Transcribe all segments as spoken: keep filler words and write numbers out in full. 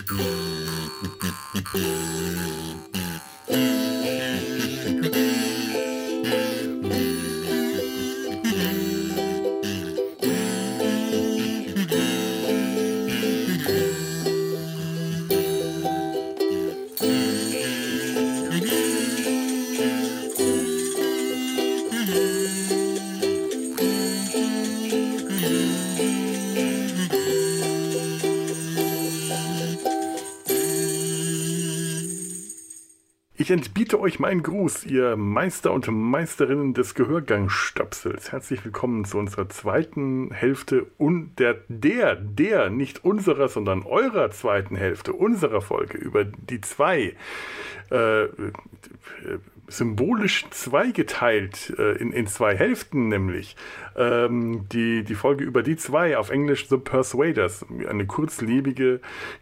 Ich entbiete euch meinen Gruß, ihr Meister und Meisterinnen des Gehörgangstöpsels. Herzlich willkommen zu unserer zweiten Hälfte und der, der, der, nicht unserer, sondern eurer zweiten Hälfte, unserer Folge über die zwei, äh, symbolisch zweigeteilt, äh, in, in zwei Hälften nämlich, ähm, die, die Folge über die zwei, auf Englisch The Persuaders, eine kurzlebige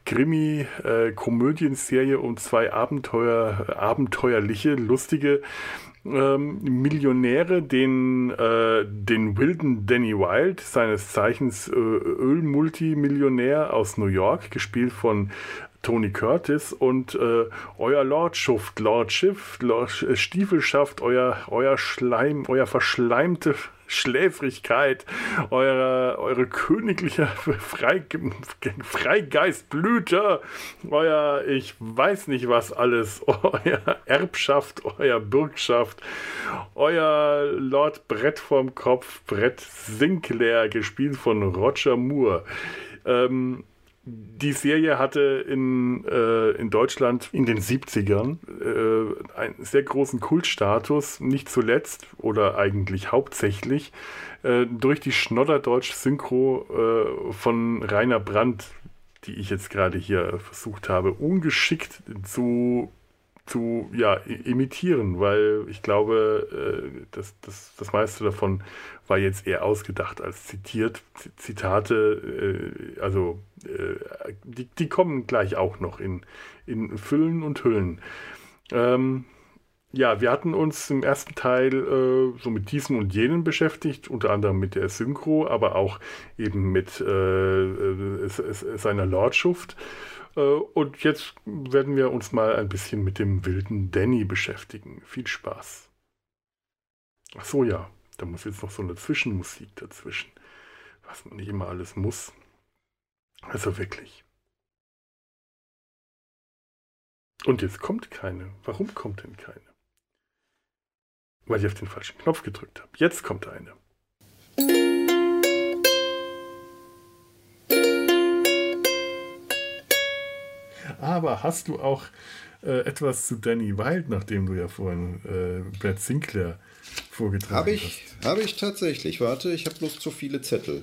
Krimi-Komödienserie um zwei Abenteuer, abenteuerliche, lustige ähm, Millionäre, den, äh, den wilden Danny Wilde, seines Zeichens äh, Ölmultimillionär aus New York, gespielt von Tony Curtis, und äh, euer Lordschaft, Lordschiff, Lord, Stiefelschaft, euer, euer Schleim, euer verschleimte Schläfrigkeit, eure, eure königliche Freige, Freigeistblüte, euer ich weiß nicht was alles, euer Erbschaft, euer Bürgschaft, euer Lord Brett vom Kopf, Brett Sinclair, gespielt von Roger Moore. Ähm, Die Serie hatte in, äh, in Deutschland in den siebzigern äh, einen sehr großen Kultstatus, nicht zuletzt oder eigentlich hauptsächlich äh, durch die Schnodderdeutsch-Synchro äh, von Rainer Brandt, die ich jetzt gerade hier versucht habe, ungeschickt zu, zu ja, imitieren, weil ich glaube, äh, das, das, das meiste davon war jetzt eher ausgedacht als zitiert. Zitate, äh, also äh, die, die kommen gleich auch noch in, in Füllen und Hüllen. Ähm, ja, wir hatten uns im ersten Teil äh, so mit diesem und jenen beschäftigt, unter anderem mit der Synchro, aber auch eben mit äh, äh, seiner Lordschaft. Äh, und jetzt werden wir uns mal ein bisschen mit dem wilden Danny beschäftigen. Viel Spaß. Ach so, ja. Da muss jetzt noch so eine Zwischenmusik dazwischen, was man nicht immer alles muss. Also wirklich. Und jetzt kommt keine. Warum kommt denn keine? Weil ich auf den falschen Knopf gedrückt habe. Jetzt kommt eine. Aber hast du auch äh, etwas zu Danny Wilde, nachdem du ja vorhin äh, Brett Sinclair vorgetragen hab ich, hast? Habe ich tatsächlich. Warte, ich habe bloß zu viele Zettel.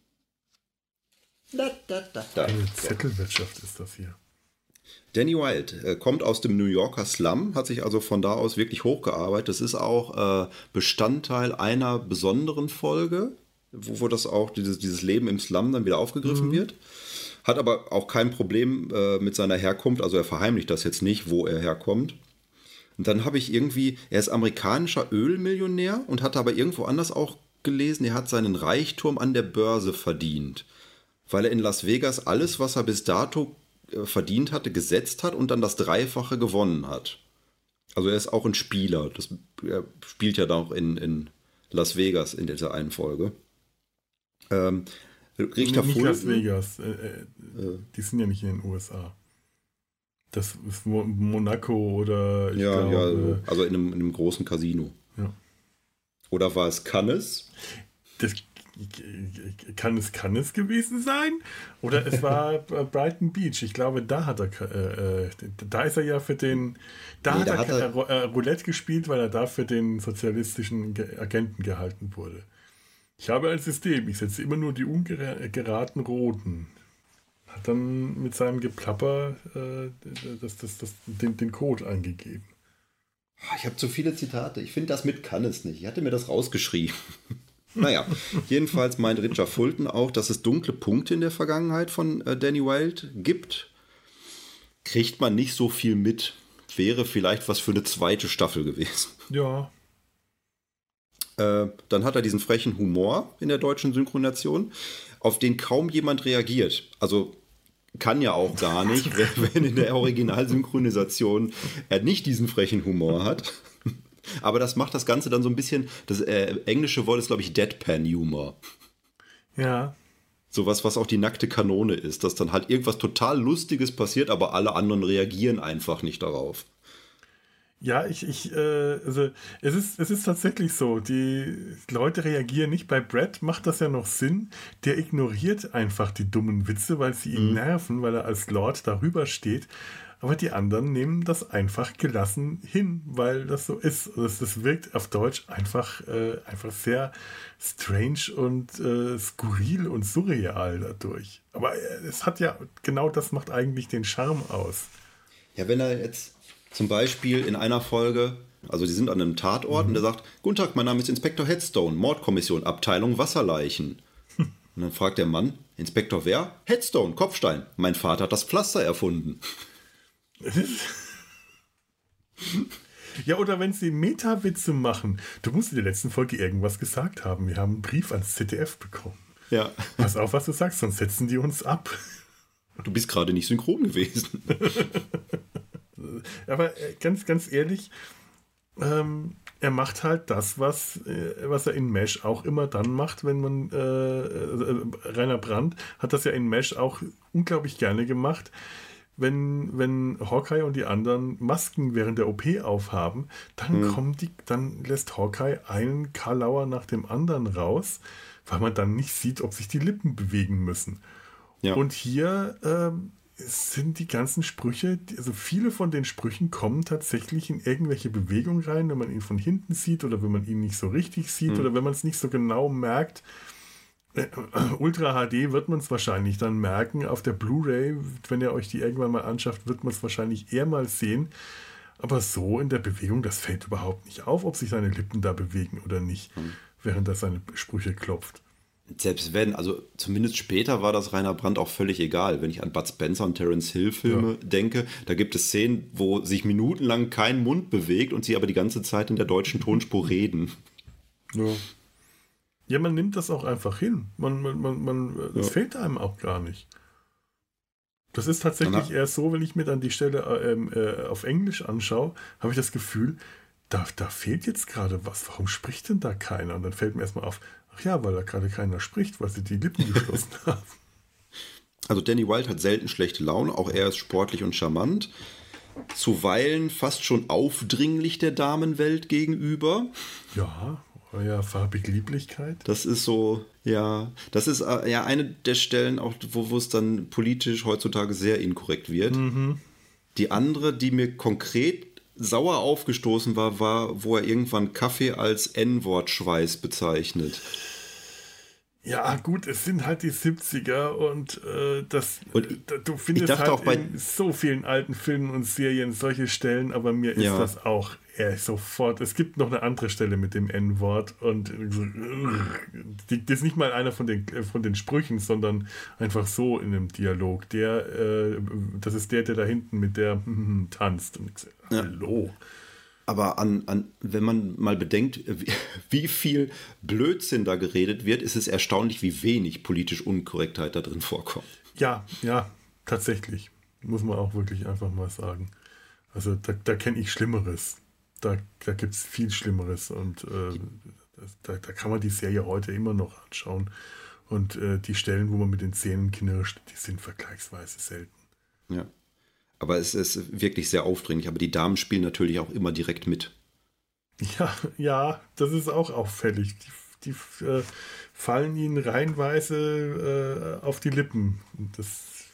Da, da, da, da. Eine Zettelwirtschaft ist das hier. Danny Wilde äh, kommt aus dem New Yorker Slum, hat sich also von da aus wirklich hochgearbeitet. Das ist auch äh, Bestandteil einer besonderen Folge, wo, wo das auch, dieses, dieses Leben im Slum dann wieder aufgegriffen mhm. wird. Hat aber auch kein Problem äh, mit seiner Herkunft, also er verheimlicht das jetzt nicht, wo er herkommt. Und dann habe ich irgendwie, er ist amerikanischer Ölmillionär und hat aber irgendwo anders auch gelesen, er hat seinen Reichtum an der Börse verdient, weil er in Las Vegas alles, was er bis dato äh, verdient hatte, gesetzt hat und dann das Dreifache gewonnen hat. Also er ist auch ein Spieler, das, er spielt ja auch in, in Las Vegas in dieser einen Folge. Ähm, Richter nicht Fulton, Las Vegas, äh, äh, die sind ja nicht in den U S A. Das ist Monaco oder ich ja, glaube, ja, also in einem, in einem großen Casino. Ja. Oder war es Cannes? Das kann es Cannes gewesen sein? Oder es war Brighton Beach. Ich glaube, da hat er äh, da ist er ja für den da nee, hat da er, hat er Roulette gespielt, weil er da für den sozialistischen Agenten gehalten wurde. Ich habe ein System, ich setze immer nur die ungeraten Roten. Hat dann mit seinem Geplapper äh, das, das, das, den, den Code eingegeben. Ich habe zu viele Zitate. Ich finde, das mit kann es nicht. Ich hatte mir das rausgeschrieben. Naja, jedenfalls meint Richard Fulton auch, dass es dunkle Punkte in der Vergangenheit von äh, Danny Wilde gibt. Kriegt man nicht so viel mit. Wäre vielleicht was für eine zweite Staffel gewesen. Ja. Äh, dann hat er diesen frechen Humor in der deutschen Synchronisation, auf den kaum jemand reagiert. Also kann ja auch gar nicht, wenn in der Originalsynchronisation er nicht diesen frechen Humor hat. Aber das macht das Ganze dann so ein bisschen, das äh, englische Wort ist, glaube ich, Deadpan-Humor. Ja. Sowas, was auch die nackte Kanone ist, dass dann halt irgendwas total Lustiges passiert, aber alle anderen reagieren einfach nicht darauf. Ja, ich, ich, äh, also es ist, es ist tatsächlich so, die Leute reagieren nicht. Bei Brad macht das ja noch Sinn, der ignoriert einfach die dummen Witze, weil sie ihn mhm. nerven, weil er als Lord darüber steht. Aber die anderen nehmen das einfach gelassen hin, weil das so ist. Das, das wirkt auf Deutsch einfach, äh, einfach sehr strange und äh, skurril und surreal dadurch. Aber äh, es hat ja, genau das macht eigentlich den Charme aus. Ja, wenn er jetzt zum Beispiel in einer Folge, also die sind an einem Tatort mhm. und der sagt, guten Tag, mein Name ist Inspektor Headstone, Mordkommission, Abteilung Wasserleichen. Und dann fragt der Mann, Inspektor wer? Headstone, Kopfstein. Mein Vater hat das Pflaster erfunden. Ja, oder wenn sie Meta-Witze machen. Du musst in der letzten Folge irgendwas gesagt haben. Wir haben einen Brief ans Z D F bekommen. Ja. Pass auf, was du sagst, sonst setzen die uns ab. Du bist gerade nicht synchron gewesen. Aber ganz, ganz ehrlich, ähm, er macht halt das, was, äh, was er in Mesh auch immer dann macht, wenn man, äh, äh, Rainer Brandt hat das ja in Mesh auch unglaublich gerne gemacht, wenn, wenn Hawkeye und die anderen Masken während der O P aufhaben, dann hm. kommen die, dann lässt Hawkeye einen Karlauer nach dem anderen raus, weil man dann nicht sieht, ob sich die Lippen bewegen müssen. Ja. Und hier ähm, sind die ganzen Sprüche, also viele von den Sprüchen kommen tatsächlich in irgendwelche Bewegungen rein, wenn man ihn von hinten sieht oder wenn man ihn nicht so richtig sieht mhm. oder wenn man es nicht so genau merkt. Äh, Ultra H D wird man es wahrscheinlich dann merken. Auf der Blu-ray, wenn ihr euch die irgendwann mal anschafft, wird man es wahrscheinlich eher mal sehen. Aber so in der Bewegung, das fällt überhaupt nicht auf, ob sich seine Lippen da bewegen oder nicht, mhm. während er seine Sprüche klopft. Selbst wenn, also zumindest später war das Rainer Brandt auch völlig egal. Wenn ich an Bud Spencer und Terence Hill Filme ja. denke, da gibt es Szenen, wo sich minutenlang kein Mund bewegt und sie aber die ganze Zeit in der deutschen Tonspur reden. Ja. Ja, man nimmt das auch einfach hin. Man, man, man, man, ja. Das fehlt einem auch gar nicht. Das ist tatsächlich eher so, wenn ich mir dann die Stelle äh, äh, auf Englisch anschaue, habe ich das Gefühl, da, da fehlt jetzt gerade was. Warum spricht denn da keiner? Und dann fällt mir erstmal auf, ach ja, weil da gerade keiner spricht, weil sie die Lippen geschlossen haben. Also Danny Wilde hat selten schlechte Laune, auch er ist sportlich und charmant. Zuweilen fast schon aufdringlich der Damenwelt gegenüber. Ja, ja, farbige Lieblichkeit. Das ist so, ja, das ist äh, ja eine der Stellen, auch wo, wo es dann politisch heutzutage sehr inkorrekt wird. Mhm. Die andere, die mir konkret sauer aufgestoßen war, war, wo er irgendwann Kaffee als En-Wort-Schweiß bezeichnet. Ja, gut, es sind halt die siebziger und äh, das und du findest halt auch bei in so vielen alten Filmen und Serien solche Stellen, aber mir ist ja. das auch eher sofort. Es gibt noch eine andere Stelle mit dem En-Wort und die, das ist nicht mal einer von den, von den Sprüchen, sondern einfach so in einem Dialog. Der, äh, das ist der, der da hinten mit der tanzt. Und ich sage, hallo. Ja. Aber an, an, wenn man mal bedenkt, wie, wie viel Blödsinn da geredet wird, ist es erstaunlich, wie wenig politische Unkorrektheit da drin vorkommt. Ja, ja, tatsächlich. Muss man auch wirklich einfach mal sagen. Also da, da kenne ich Schlimmeres. Da, da gibt es viel Schlimmeres. Und äh, da, da kann man die Serie heute immer noch anschauen. Und äh, die Stellen, wo man mit den Zähnen knirscht, die sind vergleichsweise selten. Ja. Aber es ist wirklich sehr aufdringlich. Aber die Damen spielen natürlich auch immer direkt mit. Ja, ja, das ist auch auffällig. Die, die äh, fallen ihnen reihenweise äh, auf die Lippen. Das,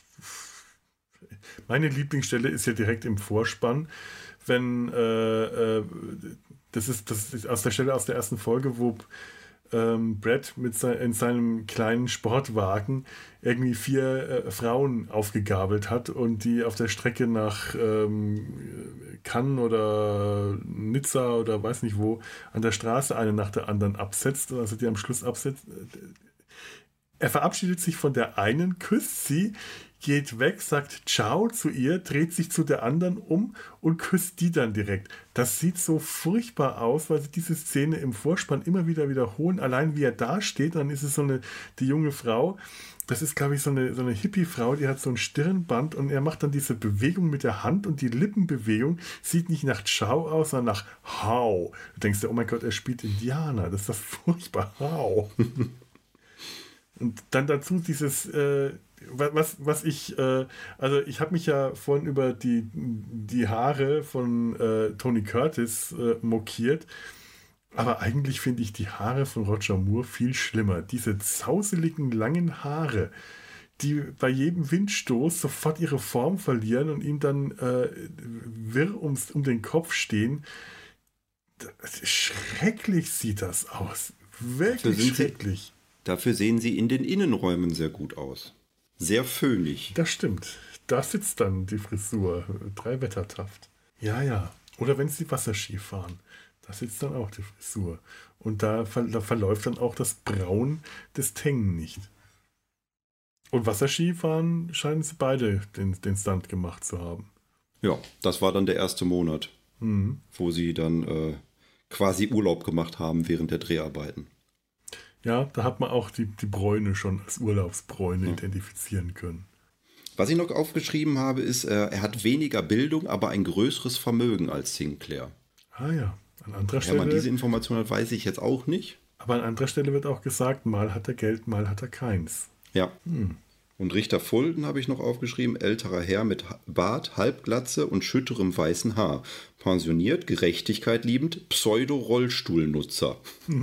meine Lieblingsstelle ist ja direkt im Vorspann, wenn äh, äh, das ist das ist aus der Stelle aus der ersten Folge, wo ähm, Brad mit sein, in seinem kleinen Sportwagen irgendwie vier äh, Frauen aufgegabelt hat und die auf der Strecke nach ähm, Cannes oder Nizza oder weiß nicht wo an der Straße eine nach der anderen absetzt, also die am Schluss absetzt. er verabschiedet sich von der einen, küsst sie, geht weg, sagt Ciao zu ihr, dreht sich zu der anderen um und küsst die dann direkt. Das sieht so furchtbar aus, weil sie diese Szene im Vorspann immer wieder wiederholen. Allein wie er da steht, dann ist es so eine, die junge Frau, das ist, glaube ich, so eine, so eine Hippie-Frau, die hat so ein Stirnband und er macht dann diese Bewegung mit der Hand und die Lippenbewegung sieht nicht nach Ciao aus, sondern nach Hau. Du denkst dir, oh mein Gott, er spielt Indianer, das ist das furchtbar, Hau. Und dann dazu dieses, äh, was, was ich, äh, also ich habe mich ja vorhin über die, die Haare von äh, Tony Curtis äh, mokiert, aber eigentlich finde ich die Haare von Roger Moore viel schlimmer. Diese zauseligen, langen Haare, die bei jedem Windstoß sofort ihre Form verlieren und ihm dann äh, wirr ums, um den Kopf stehen. Das, schrecklich sieht das aus. Wirklich schrecklich. Sie, dafür sehen sie in den Innenräumen sehr gut aus. Sehr föhnig. Das stimmt. Da sitzt dann die Frisur. Drei Wettertaft. Ja, ja. Oder wenn sie Wasserski fahren. Da sitzt dann auch die Frisur. Und da, da verläuft dann auch das Braun des Tengen nicht. Und Wasserskifahren scheinen sie beide den, den Stunt gemacht zu haben. Ja, das war dann der erste Monat, mhm. wo sie dann äh, quasi Urlaub gemacht haben während der Dreharbeiten. Ja, da hat man auch die, die Bräune schon als Urlaubsbräune ja. identifizieren können. Was ich noch aufgeschrieben habe, ist, äh, er hat weniger Bildung, aber ein größeres Vermögen als Sinclair. Ah ja, an anderer ja, Stelle... man diese Information hat, weiß ich jetzt auch nicht. Aber an anderer Stelle wird auch gesagt, mal hat er Geld, mal hat er keins. Ja. Hm. Und Richter Fulton habe ich noch aufgeschrieben, älterer Herr mit Bart, Halbglatze und schütterem weißen Haar. Pensioniert, Gerechtigkeit liebend, Pseudo-Rollstuhlnutzer.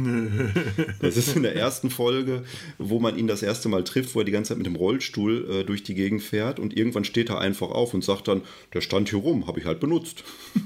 Das ist in der ersten Folge, wo man ihn das erste Mal trifft, wo er die ganze Zeit mit dem Rollstuhl äh, durch die Gegend fährt und irgendwann steht er einfach auf und sagt dann, der stand hier rum, habe ich halt benutzt.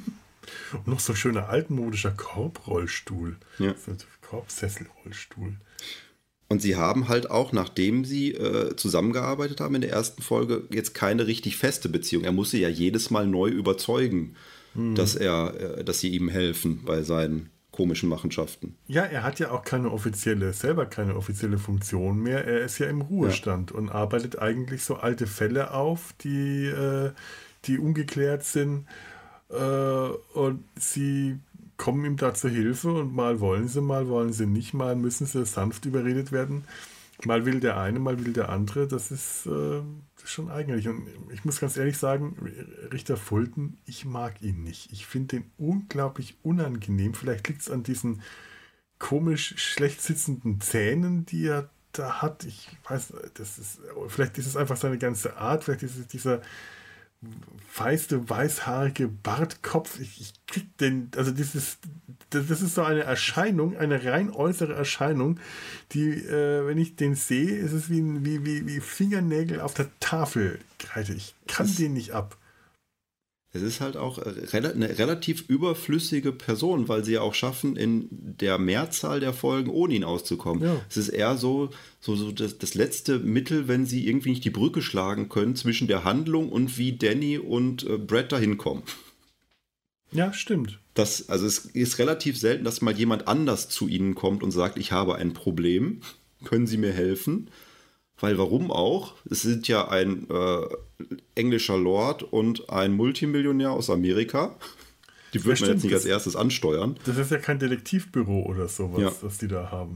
Und noch so ein schöner altmodischer Korbrollstuhl. Ja. So ein Korbsesselrollstuhl. Und sie haben halt auch, nachdem sie äh, zusammengearbeitet haben in der ersten Folge, jetzt keine richtig feste Beziehung. Er muss sie ja jedes Mal neu überzeugen, hm. dass er, äh, dass sie ihm helfen bei seinen komischen Machenschaften. Ja, er hat ja auch keine offizielle, selber keine offizielle Funktion mehr. Er ist ja im Ruhestand ja. und arbeitet eigentlich so alte Fälle auf, die, äh, die ungeklärt sind. Äh, und sie kommen ihm da zur Hilfe und mal wollen sie, mal wollen sie nicht, mal müssen sie sanft überredet werden. Mal will der eine, mal will der andere. Das ist, äh, das ist schon eigentlich. Und ich muss ganz ehrlich sagen, Richter Fulton, ich mag ihn nicht. Ich finde den unglaublich unangenehm. Vielleicht liegt es an diesen komisch schlecht sitzenden Zähnen, die er da hat. Ich weiß, das ist, vielleicht ist es einfach seine ganze Art, vielleicht ist es dieser feiste, weißhaarige Bartkopf. Ich, ich krieg den, also dieses, das, das ist so eine Erscheinung, eine rein äußere Erscheinung, die, äh, wenn ich den sehe, ist es wie, wie, wie, wie Fingernägel auf der Tafel. Ich kann das, den nicht ab. Es ist halt auch eine relativ überflüssige Person, weil sie ja auch schaffen, in der Mehrzahl der Folgen ohne ihn auszukommen. Ja. Es ist eher so, so, so das, das letzte Mittel, wenn sie irgendwie nicht die Brücke schlagen können zwischen der Handlung und wie Danny und äh, Brad dahin kommen. Ja, stimmt. Das, also es ist relativ selten, dass mal jemand anders zu ihnen kommt und sagt, ich habe ein Problem, können Sie mir helfen? Weil warum auch? Es sind ja ein äh, englischer Lord und ein Multimillionär aus Amerika. Die würde man jetzt nicht als erstes ansteuern. Das ist ja kein Detektivbüro oder sowas, ja. was die da haben.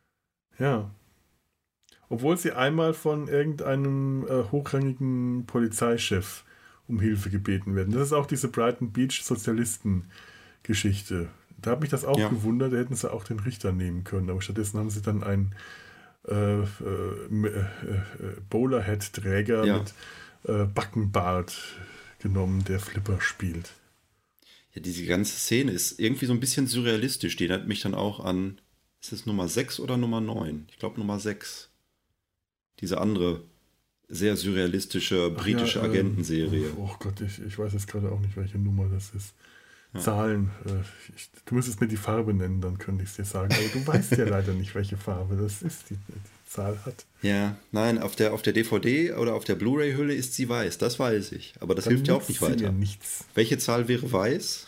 Ja. Obwohl sie einmal von irgendeinem äh, hochrangigen Polizeichef um Hilfe gebeten werden. Das ist auch diese Brighton Beach Sozialisten-Geschichte. Da hat mich das auch ja. gewundert, da hätten sie auch den Richter nehmen können. Aber stattdessen haben sie dann einen Äh, äh, äh, Bowlerhead-Träger ja. mit äh, Backenbart genommen, der Flipper spielt. Ja, diese ganze Szene ist irgendwie so ein bisschen surrealistisch. Die erinnert mich dann auch an, ist es Nummer sechs oder Nummer neun? Ich glaube Nummer sechs. Diese andere sehr surrealistische britische ja, Agentenserie. Ähm, oh Gott, ich, ich weiß jetzt gerade auch nicht, welche Nummer das ist. Ja. Zahlen. Äh, ich, du müsstest mir die Farbe nennen, dann könnte ich es dir sagen. Aber du weißt ja leider nicht, welche Farbe das ist, die die Zahl hat. Ja, nein, auf der, auf der D V D oder auf der Blu-ray-Hülle ist sie weiß, das weiß ich. Aber das dann hilft ja auch nicht weiter. Nichts. Welche Zahl wäre weiß?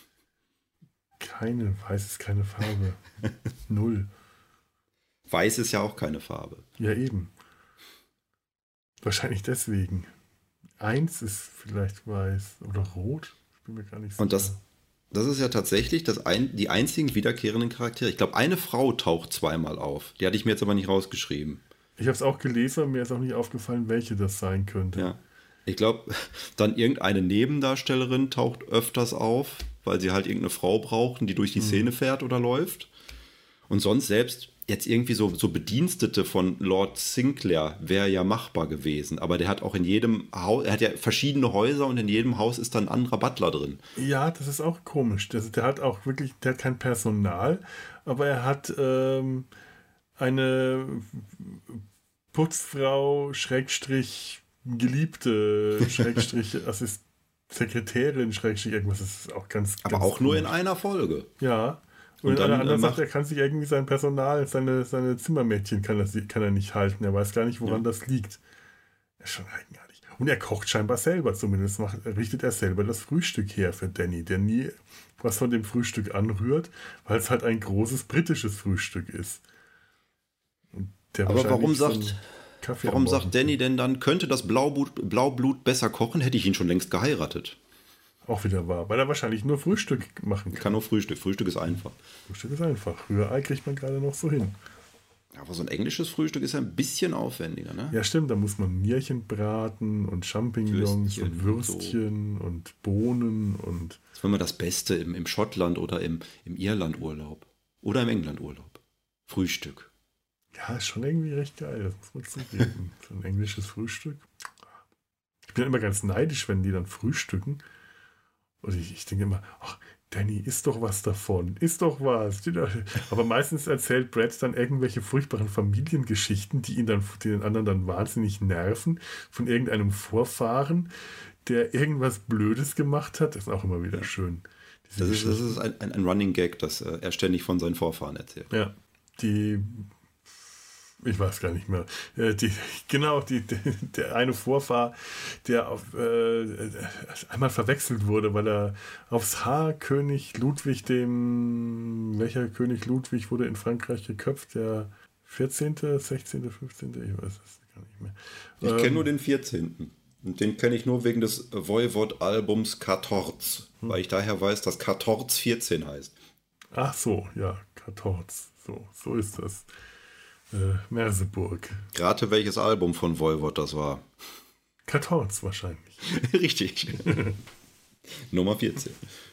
Keine, weiß ist keine Farbe. Null. Weiß ist ja auch keine Farbe. Ja, eben. Wahrscheinlich deswegen. Eins ist vielleicht weiß oder rot. Ich bin mir gar nicht sicher. Und das, das ist ja tatsächlich das ein, die einzigen wiederkehrenden Charaktere. Ich glaube, eine Frau taucht zweimal auf. Die hatte ich mir jetzt aber nicht rausgeschrieben. Ich habe es auch gelesen, aber mir ist auch nicht aufgefallen, welche das sein könnte. Ja. Ich glaube, dann irgendeine Nebendarstellerin taucht öfters auf, weil sie halt irgendeine Frau brauchten, die durch die Szene fährt oder läuft. Und sonst selbst jetzt irgendwie so, so Bedienstete von Lord Sinclair wäre ja machbar gewesen. Aber der hat auch in jedem Haus, er hat ja verschiedene Häuser und in jedem Haus ist dann ein anderer Butler drin. Ja, das ist auch komisch. Das, der hat auch wirklich, der hat kein Personal, aber er hat ähm, eine Putzfrau, Schrägstrich, Geliebte, Schrägstrich, Assist Sekretärin, Schrägstrich, irgendwas, das ist auch ganz. Aber ganz auch nur komisch. in einer Folge. Ja. Und, Und in dann, einer anderen äh, sagt, macht- er kann sich irgendwie sein Personal, seine, seine Zimmermädchen kann, das, kann er nicht halten. Er weiß gar nicht, woran Ja. das liegt. Das ist schon eigenartig. Und er kocht scheinbar selber, zumindest macht, richtet er selber das Frühstück her für Danny, der nie was von dem Frühstück anrührt, weil es halt ein großes britisches Frühstück ist. Und der Aber warum wahrscheinlich so einen sagt, Kaffee am warum Morgen sagt Danny denn dann, könnte das Blaublut, Blaublut besser kochen, hätte ich ihn schon längst geheiratet. auch wieder wahr, weil er wahrscheinlich nur Frühstück machen kann. Kann nur Frühstück. Frühstück ist einfach. Frühstück ist einfach. Rührei kriegt man gerade noch so hin. Aber so ein englisches Frühstück ist ja ein bisschen aufwendiger, ne? Ja, stimmt, da muss man Nierchen braten und Champignons Würstchen und Würstchen und Bohnen und. Das war immer das Beste im, im Schottland oder im, im Irlandurlaub. Oder im Englandurlaub. Frühstück. Ja, ist schon irgendwie recht geil, das muss man zugeben. So ein englisches Frühstück. Ich bin immer ganz neidisch, wenn die dann frühstücken. Und ich, ich denke immer, ach, Danny, isst doch was davon, isst doch was. Aber meistens erzählt Brad dann irgendwelche furchtbaren Familiengeschichten, die ihn dann, die den anderen dann wahnsinnig nerven, von irgendeinem Vorfahren, der irgendwas Blödes gemacht hat. Das ist auch immer wieder schön. Diese Das ist, das Geschichten. ist ein, ein, ein Running Gag, dass äh, er ständig von seinen Vorfahren erzählt. Ja, die, ich weiß gar nicht mehr, Äh, die, genau, die, die, der eine Vorfahr, der auf, äh, einmal verwechselt wurde, weil er aufs Haar König Ludwig dem, welcher König Ludwig wurde in Frankreich geköpft, der vierzehnte., sechzehnte., fünfzehnte., ich weiß es gar nicht mehr. Ich Ähm, kenne nur den vierzehnten. Und den kenne ich nur wegen des Voivod-Albums Katorz. Hm. Weil ich daher weiß, dass Katorz vierzehn heißt. Ach so, ja, Katorz, so, so ist das. Äh, Merseburg. Rate, welches Album von Voivod das war. Katorz wahrscheinlich. Richtig. Nummer vierzehn.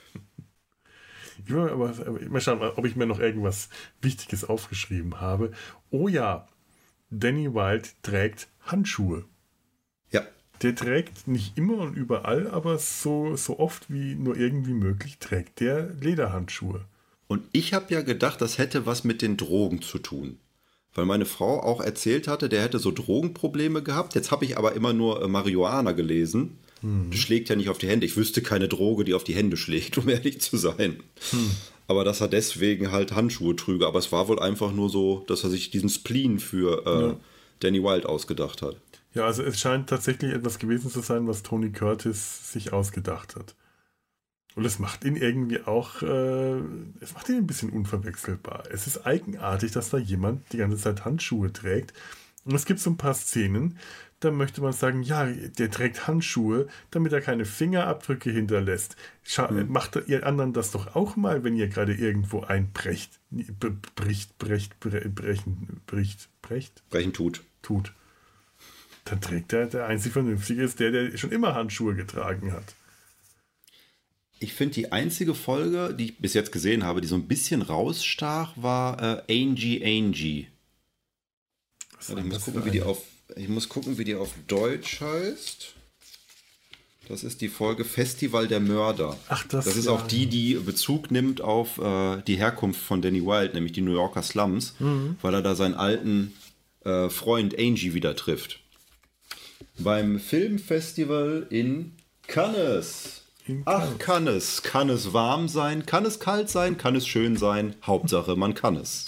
Ja, aber, aber mal schauen, ob ich mir noch irgendwas Wichtiges aufgeschrieben habe. Oh ja, Danny Wilde trägt Handschuhe. Ja. Der trägt nicht immer und überall, aber so, so oft wie nur irgendwie möglich trägt der Lederhandschuhe. Und ich habe ja gedacht, das hätte was mit den Drogen zu tun. Weil meine Frau auch erzählt hatte, der hätte so Drogenprobleme gehabt. Jetzt habe ich aber immer nur äh, Marihuana gelesen. Hm. Das schlägt ja nicht auf die Hände. Ich wüsste keine Droge, die auf die Hände schlägt, um ehrlich zu sein. Hm. Aber dass er deswegen halt Handschuhe trüge. Aber es war wohl einfach nur so, dass er sich diesen Spleen für äh, Ja. Danny Wilde ausgedacht hat. Ja, also es scheint tatsächlich etwas gewesen zu sein, was Tony Curtis sich ausgedacht hat. Und es macht ihn irgendwie auch, äh, es macht ihn ein bisschen unverwechselbar. Es ist eigenartig, dass da jemand die ganze Zeit Handschuhe trägt. Und es gibt so ein paar Szenen, da möchte man sagen, ja, der trägt Handschuhe, damit er keine Fingerabdrücke hinterlässt. Scha Mhm. Macht ihr anderen das doch auch mal, wenn ihr gerade irgendwo einbrecht. B bricht, brecht, bre brechen, bricht, brecht, Brechen tut. tut. Dann trägt er, der einzig Vernünftige ist der, der schon immer Handschuhe getragen hat. Ich finde, die einzige Folge, die ich bis jetzt gesehen habe, die so ein bisschen rausstach, war äh, Angie Angie. Was Warte, war ich, muss das gucken, für wie die eine? auf, ich muss gucken, wie die auf Deutsch heißt. Das ist die Folge Festival der Mörder. Ach, das, Das ist ja. auch die, die Bezug nimmt auf äh, die Herkunft von Danny Wilde, nämlich die New Yorker Slums, Mhm. weil er da seinen alten äh, Freund Angie wieder trifft. Beim Filmfestival in Cannes. In Ach, kann es. Kann es warm sein? Kann es kalt sein? Kann es schön sein? Hauptsache, man kann es.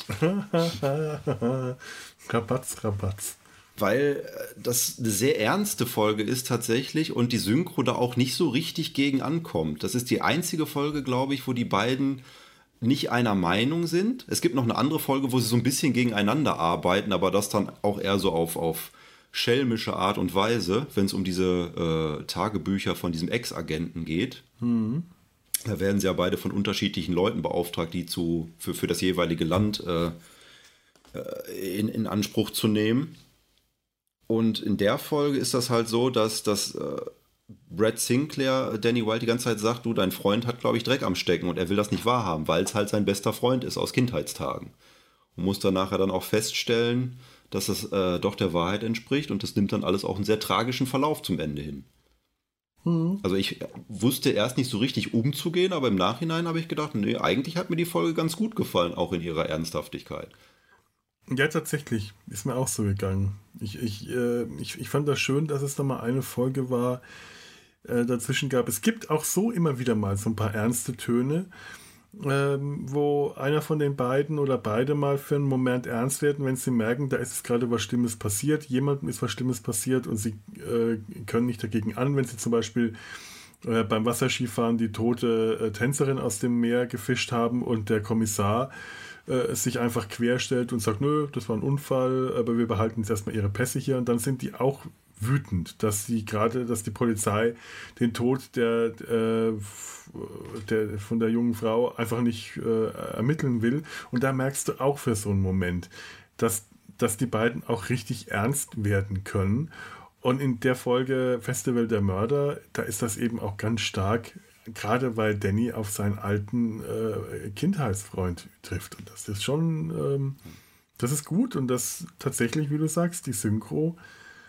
Rabatz, Rabatz. Weil äh, das eine sehr ernste Folge ist tatsächlich und die Synchro da auch nicht so richtig gegen ankommt. Das ist die einzige Folge, glaube ich, wo die beiden nicht einer Meinung sind. Es gibt noch eine andere Folge, wo sie so ein bisschen gegeneinander arbeiten, aber das dann auch eher so auf, auf schelmische Art und Weise, wenn es um diese äh, Tagebücher von diesem Ex-Agenten geht. Mhm. Da werden sie ja beide von unterschiedlichen Leuten beauftragt, die zu, für, für das jeweilige Land äh, in, in Anspruch zu nehmen. Und in der Folge ist das halt so, dass, dass äh, Brad Sinclair Danny Wilde die ganze Zeit sagt, du, dein Freund hat, glaube ich, Dreck am Stecken und er will das nicht wahrhaben, weil es halt sein bester Freund ist aus Kindheitstagen. Und muss dann nachher dann auch feststellen, dass es äh, doch der Wahrheit entspricht und das nimmt dann alles auch einen sehr tragischen Verlauf zum Ende hin. Mhm. Also ich wusste erst nicht so richtig umzugehen, aber im Nachhinein habe ich gedacht, nee, eigentlich hat mir die Folge ganz gut gefallen, auch in ihrer Ernsthaftigkeit. Ja, tatsächlich. Ist mir auch so gegangen. Ich, ich, äh, ich, ich fand das schön, dass es da mal eine Folge war, äh, dazwischen gab. Es gibt auch so immer wieder mal so ein paar ernste Töne, ähm, wo einer von den beiden oder beide mal für einen Moment ernst werden, wenn sie merken, da ist gerade was Schlimmes passiert, jemandem ist was Schlimmes passiert und sie äh, können nicht dagegen an, wenn sie zum Beispiel äh, beim Wasserskifahren die tote äh, Tänzerin aus dem Meer gefischt haben und der Kommissar äh, sich einfach querstellt und sagt, nö, das war ein Unfall, aber wir behalten jetzt erstmal ihre Pässe hier und dann sind die auch wütend, dass sie gerade, dass die Polizei den Tod der, äh, der von der jungen Frau einfach nicht äh, ermitteln will. Und da merkst du auch für so einen Moment, dass, dass die beiden auch richtig ernst werden können. Und in der Folge Festival der Mörder, da ist das eben auch ganz stark, gerade weil Danny auf seinen alten äh, Kindheitsfreund trifft. Und das ist schon, ähm, das ist gut und das tatsächlich, wie du sagst, die Synchro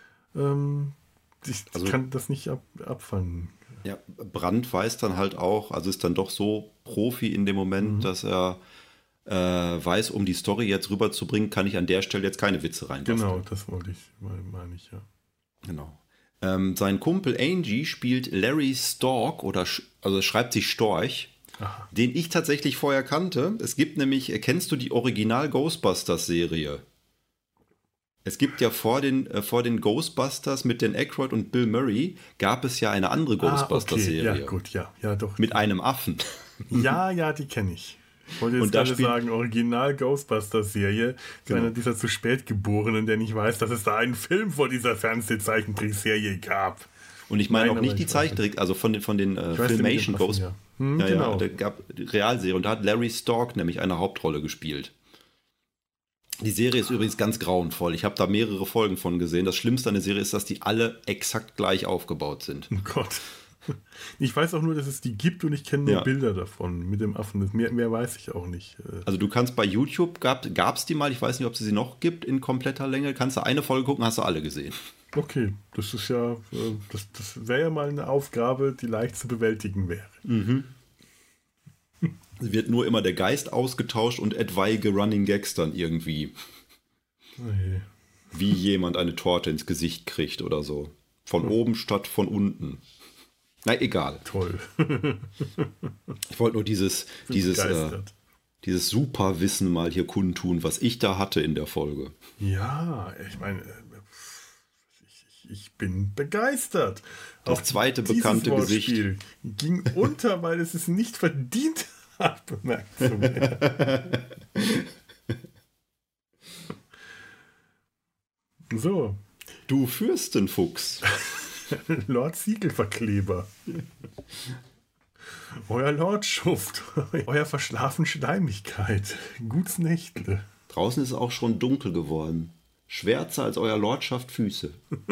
Ähm, ich also, kann das nicht ab, abfangen. Ja, Brandt weiß dann halt auch, also ist dann doch so Profi in dem Moment, mhm. dass er äh, weiß, um die Story jetzt rüberzubringen, kann ich an der Stelle jetzt keine Witze reinbasteln. Genau, das wollte ich, meine ich, ja. Genau. Ähm, sein Kumpel Angie spielt Larry Stork, oder sch- also schreibt sich Storch, Aha. den ich tatsächlich vorher kannte. Es gibt nämlich, kennst du die Original-Ghostbusters-Serie? Es gibt ja vor den, äh, vor den Ghostbusters mit Dan Aykroyd und Bill Murray gab es ja eine andere Ghostbusters-Serie. Ah, okay. Ja, gut, ja, ja, doch. Mit einem Affen. Ja, ja, die kenne ich. Ich wollte jetzt und da gerade sagen, Original Ghostbusters-Serie. Genau. Einer dieser zu spät Geborenen, der nicht weiß, dass es da einen Film vor dieser Fernsehzeichentrickserie gab. Und ich meine Nein, auch nicht die Zeichentrick, also von den, von den äh, Filmation Ghostbusters. Ja. Hm, ja, genau. Ja, da gab Realserie und da hat Larry Stork nämlich eine Hauptrolle gespielt. Die Serie ist übrigens ganz grauenvoll. Ich habe da mehrere Folgen von gesehen. Das Schlimmste an der Serie ist, dass die alle exakt gleich aufgebaut sind. Oh Gott. Ich weiß auch nur, dass es die gibt und ich kenne nur ja. Bilder davon mit dem Affen. Mehr, mehr weiß ich auch nicht. Also du kannst bei YouTube, gab es die mal, ich weiß nicht, ob es sie noch gibt in kompletter Länge, kannst du eine Folge gucken, hast du alle gesehen. Okay, das ist ja, das, das wäre ja mal eine Aufgabe, die leicht zu bewältigen wäre. Mhm. Es wird nur immer der Geist ausgetauscht und etwaige Running Gags dann irgendwie. Okay. Wie jemand eine Torte ins Gesicht kriegt oder so. Von oh. oben statt von unten. Na, egal. Toll. Ich wollte nur dieses, dieses, äh, dieses Superwissen mal hier kundtun, was ich da hatte in der Folge. Ja, ich meine, ich, ich bin begeistert. Das Auch zweite bekannte Gesicht ging unter, weil es es nicht verdient hat, bemerkt zu werden. So. Du Fürstenfuchs. Lord Siegelverkleber. Euer Lordschaft. Euer verschlafen Schleimigkeit. Guts Nächtle. Draußen ist es auch schon dunkel geworden. Schwärzer als euer Lordschaft Füße.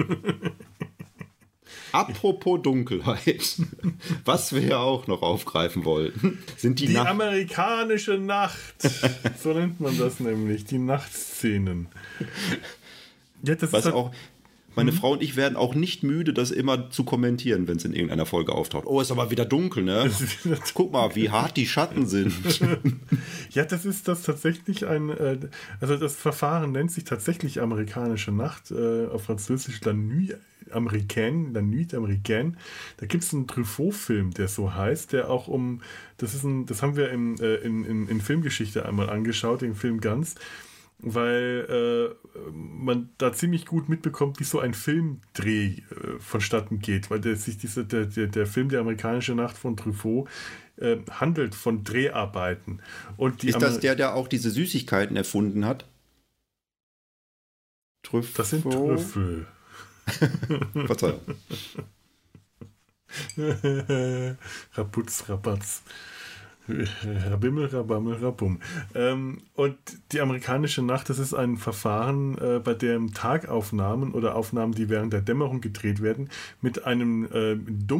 Apropos Dunkelheit, was wir ja auch noch aufgreifen wollten, sind die, die Nacht- amerikanische Nacht. So nennt man das nämlich, die Nachtszenen. Ja, das was ist auch, meine hm? Frau und ich werden auch nicht müde, das immer zu kommentieren, wenn es in irgendeiner Folge auftaucht. Oh, ist aber wieder dunkel, ne? Guck mal, wie hart die Schatten sind. Ja, das ist das tatsächlich ein, äh, also das Verfahren nennt sich tatsächlich amerikanische Nacht, äh, auf Französisch La Nuit Américaine, La Nuit Américaine. Da gibt es einen Truffaut-Film, der so heißt, der auch um, das ist ein, das haben wir im, äh, in, in, in Filmgeschichte einmal angeschaut, den Film Ganz, weil äh, man da ziemlich gut mitbekommt, wie so ein Filmdreh äh, vonstatten geht, weil der, sich diese, der, der, der Film Die amerikanische Nacht von Truffaut äh, handelt von Dreharbeiten. Und die ist das Amer- der, der auch diese Süßigkeiten erfunden hat? Trüffel. Das sind Trüffel. Verzeihung. Raputz, Rapatz. Rabimmel, Rabammel, Rabum. Ähm, und die amerikanische Nacht, das ist ein Verfahren, äh, bei dem Tagaufnahmen oder Aufnahmen, die während der Dämmerung gedreht werden, mit einem äh,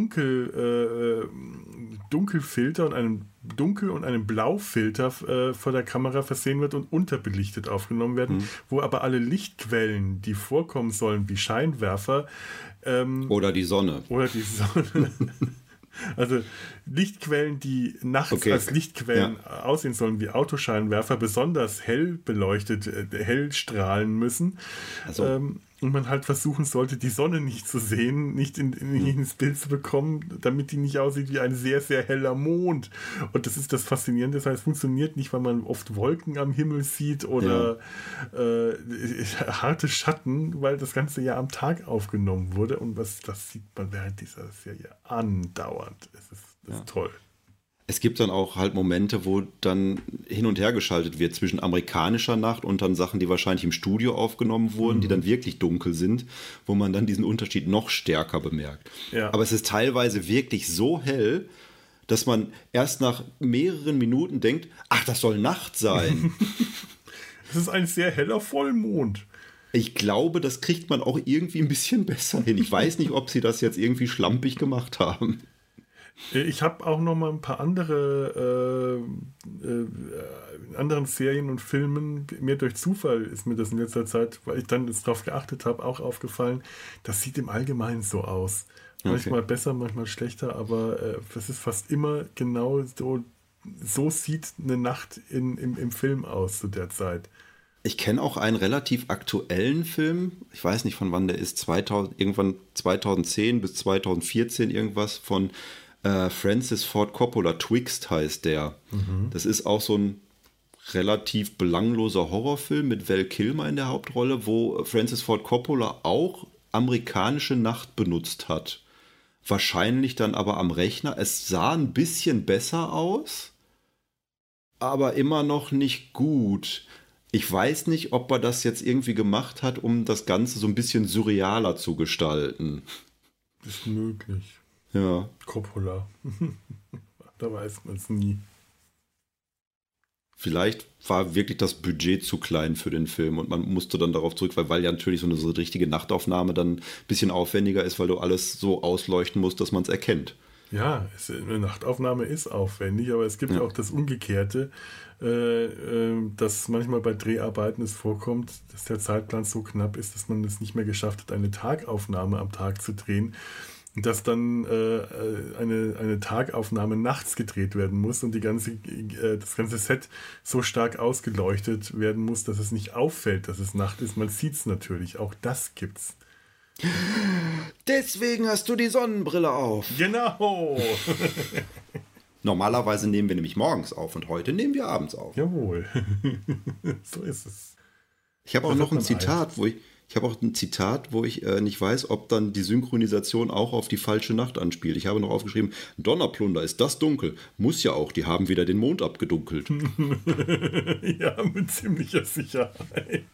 Dunkel, äh, Dunkelfilter und einem Dunkel- und einem Blaufilter äh, vor der Kamera versehen wird und unterbelichtet aufgenommen werden, mhm. wo aber alle Lichtquellen, die vorkommen sollen, wie Scheinwerfer, ähm, oder die Sonne. Oder die Sonne. Also Lichtquellen, die nachts okay. als Lichtquellen ja. aussehen sollen wie Autoscheinwerfer, besonders hell beleuchtet, äh, hell strahlen müssen. Also. Ähm, und man halt versuchen sollte, die Sonne nicht zu sehen, nicht in, in, hm. ins Bild zu bekommen, damit die nicht aussieht wie ein sehr, sehr heller Mond. Und das ist das Faszinierende. Das heißt, es funktioniert nicht, weil man oft Wolken am Himmel sieht oder ja. äh, harte Schatten, weil das Ganze ja am Tag aufgenommen wurde. Und was, das sieht man während dieser Serie andauernd. Es ist, das ja. ist toll. Es gibt dann auch halt Momente, wo dann hin und her geschaltet wird zwischen amerikanischer Nacht und dann Sachen, die wahrscheinlich im Studio aufgenommen wurden, mhm. die dann wirklich dunkel sind, wo man dann diesen Unterschied noch stärker bemerkt. Ja. Aber es ist teilweise wirklich so hell, dass man erst nach mehreren Minuten denkt, ach, das soll Nacht sein. Es ist ein sehr heller Vollmond. Ich glaube, das kriegt man auch irgendwie ein bisschen besser hin. Ich weiß nicht, ob sie das jetzt irgendwie schlampig gemacht haben. Ich habe auch noch mal ein paar andere äh, äh, in anderen Serien und Filmen, mir durch Zufall ist mir das in letzter Zeit, weil ich dann darauf geachtet habe, auch aufgefallen, das sieht im Allgemeinen so aus. Manchmal okay. besser, manchmal schlechter, aber äh, das ist fast immer genau so, so sieht eine Nacht in, im, im Film aus zu der Zeit. Ich kenne auch einen relativ aktuellen Film, ich weiß nicht von wann der ist, zweitausend, irgendwann zweitausendzehn bis zweitausendvierzehn irgendwas von Francis Ford Coppola, Twixt heißt der. Mhm. Das ist auch so ein relativ belangloser Horrorfilm mit Val Kilmer in der Hauptrolle, wo Francis Ford Coppola auch amerikanische Nacht benutzt hat. Wahrscheinlich dann aber am Rechner. Es sah ein bisschen besser aus, aber immer noch nicht gut. Ich weiß nicht, ob er das jetzt irgendwie gemacht hat, um das Ganze so ein bisschen surrealer zu gestalten. Ist möglich. Ja. Coppola. Da weiß man es nie. Vielleicht war wirklich das Budget zu klein für den Film und man musste dann darauf zurück, weil, weil ja natürlich so eine, so eine richtige Nachtaufnahme dann ein bisschen aufwendiger ist, weil du alles so ausleuchten musst, dass man es erkennt. Ja, es, eine Nachtaufnahme ist aufwendig, aber es gibt ja auch das Umgekehrte, äh, äh, dass manchmal bei Dreharbeiten es vorkommt, dass der Zeitplan so knapp ist, dass man es nicht mehr geschafft hat, eine Tagaufnahme am Tag zu drehen. Dass dann äh, eine, eine Tagaufnahme nachts gedreht werden muss und die ganze, äh, das ganze Set so stark ausgeleuchtet werden muss, dass es nicht auffällt, dass es Nacht ist. Man sieht es natürlich. Auch das gibt's. Deswegen hast du die Sonnenbrille auf. Genau. Normalerweise nehmen wir nämlich morgens auf und heute nehmen wir abends auf. Jawohl. So ist es. Ich habe auch noch ein Zitat, wo ich Ich habe auch ein Zitat, wo ich äh, nicht weiß, ob dann die Synchronisation auch auf die falsche Nacht anspielt. Ich habe noch aufgeschrieben, Donnerplunder, ist das dunkel? Muss ja auch, die haben wieder den Mond abgedunkelt. Ja, mit ziemlicher Sicherheit.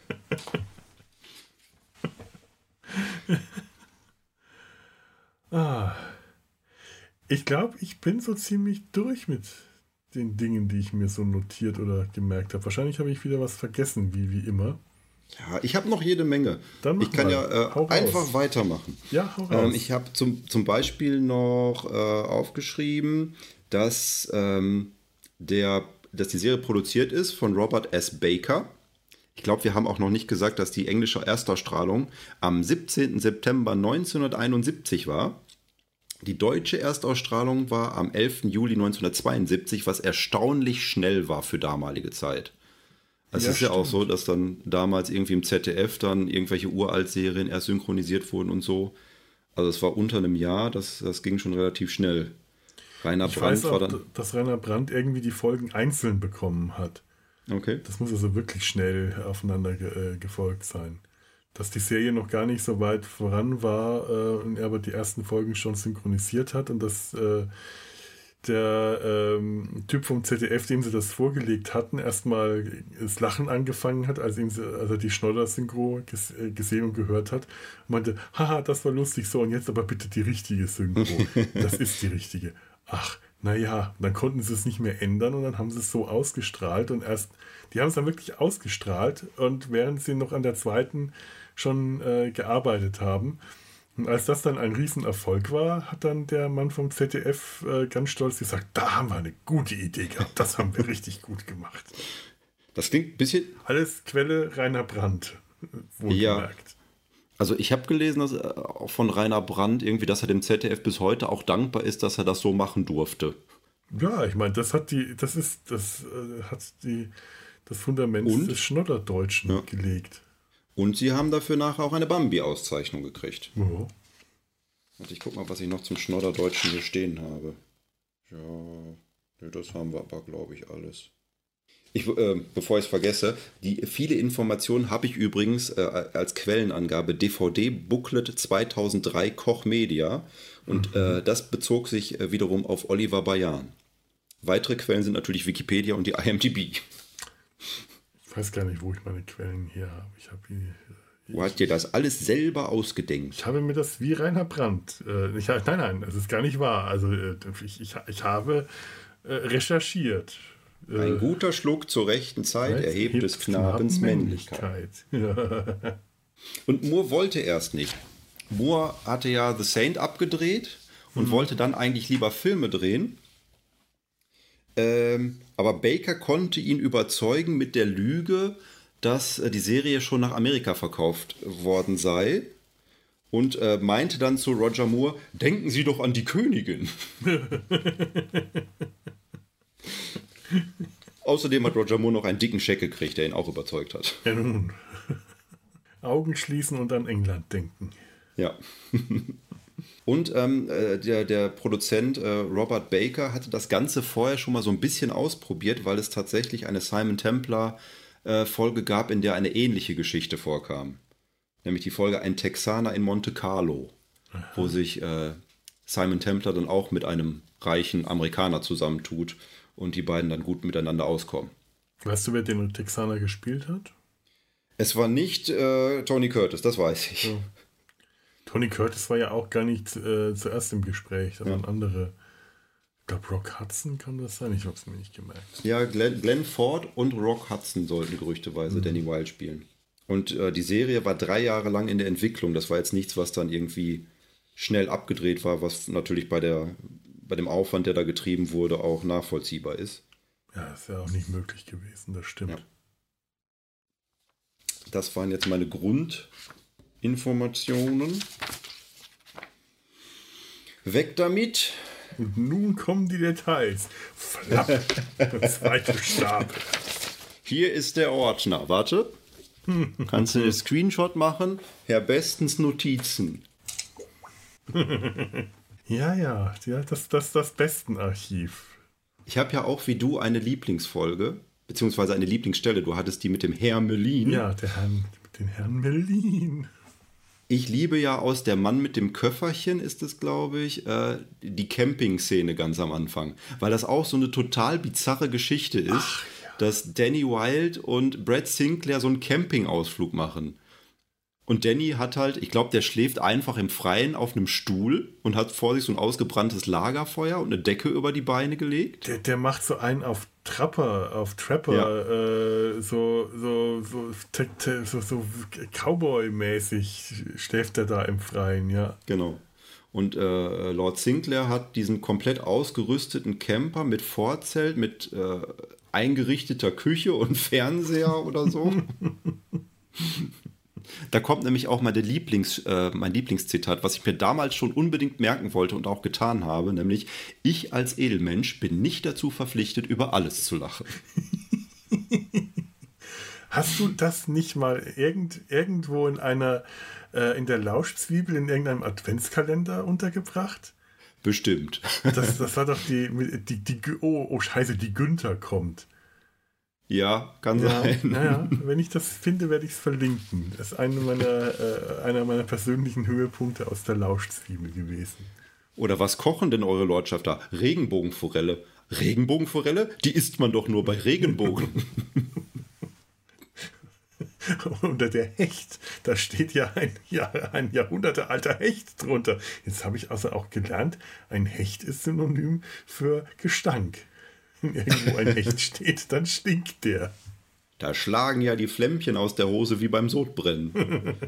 ah. Ich glaube, ich bin so ziemlich durch mit den Dingen, die ich mir so notiert oder gemerkt habe. Wahrscheinlich habe ich wieder was vergessen, wie, wie immer. Ja, ich habe noch jede Menge. Dann ich kann mal. ja äh, einfach raus. weitermachen. Ja, hau raus. Ähm, ich habe zum, zum Beispiel noch äh, aufgeschrieben, dass, ähm, der, dass die Serie produziert ist von Robert S. Baker. Ich glaube, wir haben auch noch nicht gesagt, dass die englische Erstausstrahlung am siebzehnten September neunzehnhunderteinundsiebzig war. Die deutsche Erstausstrahlung war am elften Juli neunzehnhundertzweiundsiebzig, was erstaunlich schnell war für damalige Zeit. Es ja, ist ja stimmt. auch so, dass dann damals irgendwie im Z D F dann irgendwelche Uralt-Serien erst synchronisiert wurden und so. Also es war unter einem Jahr, das, das ging schon relativ schnell. Rainer ich Brandt weiß auch, war dann... dass Rainer Brandt irgendwie die Folgen einzeln bekommen hat. Okay. Das muss also wirklich schnell aufeinander ge- äh, gefolgt sein. Dass die Serie noch gar nicht so weit voran war äh, und er aber die ersten Folgen schon synchronisiert hat und dass... Äh, der ähm, Typ vom Z D F, dem sie das vorgelegt hatten, erstmal das Lachen angefangen hat, als, ihm, als er die Schnodder-Synchro ges gesehen und gehört hat. Und meinte, haha, das war lustig, so, und jetzt aber bitte die richtige Synchro. Das ist die richtige. Ach, naja, dann konnten sie es nicht mehr ändern und dann haben sie es so ausgestrahlt und erst, die haben es dann wirklich ausgestrahlt und während sie noch an der zweiten schon äh, gearbeitet haben. Und als das dann ein Riesenerfolg war, hat dann der Mann vom Z D F äh, ganz stolz gesagt, da haben wir eine gute Idee gehabt, das haben wir richtig gut gemacht. Das klingt ein bisschen... Alles Quelle Rainer Brandt, wohlgemerkt. Ja. Also ich habe gelesen, dass auch von Rainer Brandt irgendwie, dass er dem Z D F bis heute auch dankbar ist, dass er das so machen durfte. Ja, ich meine, das hat die, das ist, das äh, hat die, das Fundament Und? des Schnodderdeutschen ja. gelegt. Und sie haben dafür nachher auch eine Bambi-Auszeichnung gekriegt. Oh. Also ich guck mal, was ich noch zum Schnodderdeutschen hier stehen habe. Ja, das haben wir aber, glaube ich, alles. Ich, äh, bevor ich es vergesse, die viele Informationen habe ich übrigens äh, als Quellenangabe D V D-Booklet zweitausenddrei Koch Media und mhm. äh, das bezog sich äh, wiederum auf Oliver Bayan. Weitere Quellen sind natürlich Wikipedia und die I M D B. Ich weiß gar nicht, wo ich meine Quellen hier habe. Ich habe hier, Wo hast dir das alles selber ausgedenkt? Ich habe mir das wie Rainer Brandt. Äh, ich, nein, nein, es ist gar nicht wahr. Also äh, ich, ich, ich habe äh, recherchiert. Ein guter Schluck zur rechten Zeit erhebt des Knabens Männlichkeit. Ja. Und Moore wollte erst nicht. Moore hatte ja The Saint abgedreht und mhm. wollte dann eigentlich lieber Filme drehen. Ähm, aber Baker konnte ihn überzeugen mit der Lüge, dass äh, die Serie schon nach Amerika verkauft worden sei. Und äh, meinte dann zu Roger Moore, denken Sie doch an die Königin. Außerdem hat Roger Moore noch einen dicken Scheck gekriegt, der ihn auch überzeugt hat. Ja, nun. Augen schließen und an England denken. Ja. Und ähm, der, der Produzent äh, Robert Baker hatte das Ganze vorher schon mal so ein bisschen ausprobiert, weil es tatsächlich eine Simon Templar äh, Folge gab, in der eine ähnliche Geschichte vorkam. Nämlich die Folge Ein Texaner in Monte Carlo, Aha. wo sich äh, Simon Templar dann auch mit einem reichen Amerikaner zusammentut und die beiden dann gut miteinander auskommen. Weißt du, wer den Texaner gespielt hat? Es war nicht äh, Tony Curtis, das weiß ich. Ja. Tony Curtis war ja auch gar nicht äh, zuerst im Gespräch, sondern ja. andere. Ich glaube, Rock Hudson kann das sein, ich habe es mir nicht gemerkt. Ja, Glenn, Glenn Ford und Rock Hudson sollten gerüchteweise mhm. Danny Wilde spielen. Und äh, die Serie war drei Jahre lang in der Entwicklung. Das war jetzt nichts, was dann irgendwie schnell abgedreht war, was natürlich bei der bei dem Aufwand, der da getrieben wurde, auch nachvollziehbar ist. Ja, ist ja auch nicht möglich gewesen, das stimmt. Ja. Das waren jetzt meine Grundinformationen. Weg damit. Und nun kommen die Details. Flapp, der zweite Stapel. Hier ist der Ordner. Warte. Kannst du einen Screenshot machen? Herr Bestens Notizen. Ja, ja, ja, das, das, das Besten-Archiv. Ich habe ja auch wie du eine Lieblingsfolge, beziehungsweise eine Lieblingsstelle. Du hattest die mit dem Herr Melin. Ja, der Herrn, den Herrn Melin. Ich liebe ja aus Der Mann mit dem Köfferchen, ist es, glaube ich, äh, die Camping-Szene ganz am Anfang. Weil das auch so eine total bizarre Geschichte ist, Ach, ja. dass Danny Wilde und Brad Sinclair so einen Campingausflug machen. Und Danny hat halt, ich glaube, der schläft einfach im Freien auf einem Stuhl und hat vor sich so ein ausgebranntes Lagerfeuer und eine Decke über die Beine gelegt. Der, der macht so einen auf Trapper, auf Trapper, ja. äh, so, so, so, so, so Cowboy-mäßig schläft er da im Freien, ja. Genau. Und äh, Lord Sinclair hat diesen komplett ausgerüsteten Camper mit Vorzelt, mit äh, eingerichteter Küche und Fernseher oder so. Da kommt nämlich auch meine Lieblings, äh, mein Lieblingszitat, was ich mir damals schon unbedingt merken wollte und auch getan habe, nämlich: Ich als Edelmensch bin nicht dazu verpflichtet, über alles zu lachen. Hast du das nicht mal irgend, irgendwo in einer, äh, in der Lauschzwiebel in irgendeinem Adventskalender untergebracht? Bestimmt. Das, das war doch die, die, die, oh, oh scheiße, die Günther kommt. Ja, kann ja, sein. Naja, wenn ich das finde, werde ich es verlinken. Das ist eine meiner, äh, einer meiner persönlichen Höhepunkte aus der Lauschzwiebel gewesen. Oder was kochen denn eure Lordschaft da? Regenbogenforelle. Regenbogenforelle? Die isst man doch nur bei Regenbogen. Unter der Hecht, da steht ja ein, ja, ein jahrhundertealter Hecht drunter. Jetzt habe ich also auch gelernt, ein Hecht ist Synonym für Gestank. Wenn irgendwo ein Hecht steht, dann stinkt der. Da schlagen ja die Flämmchen aus der Hose wie beim Sodbrennen.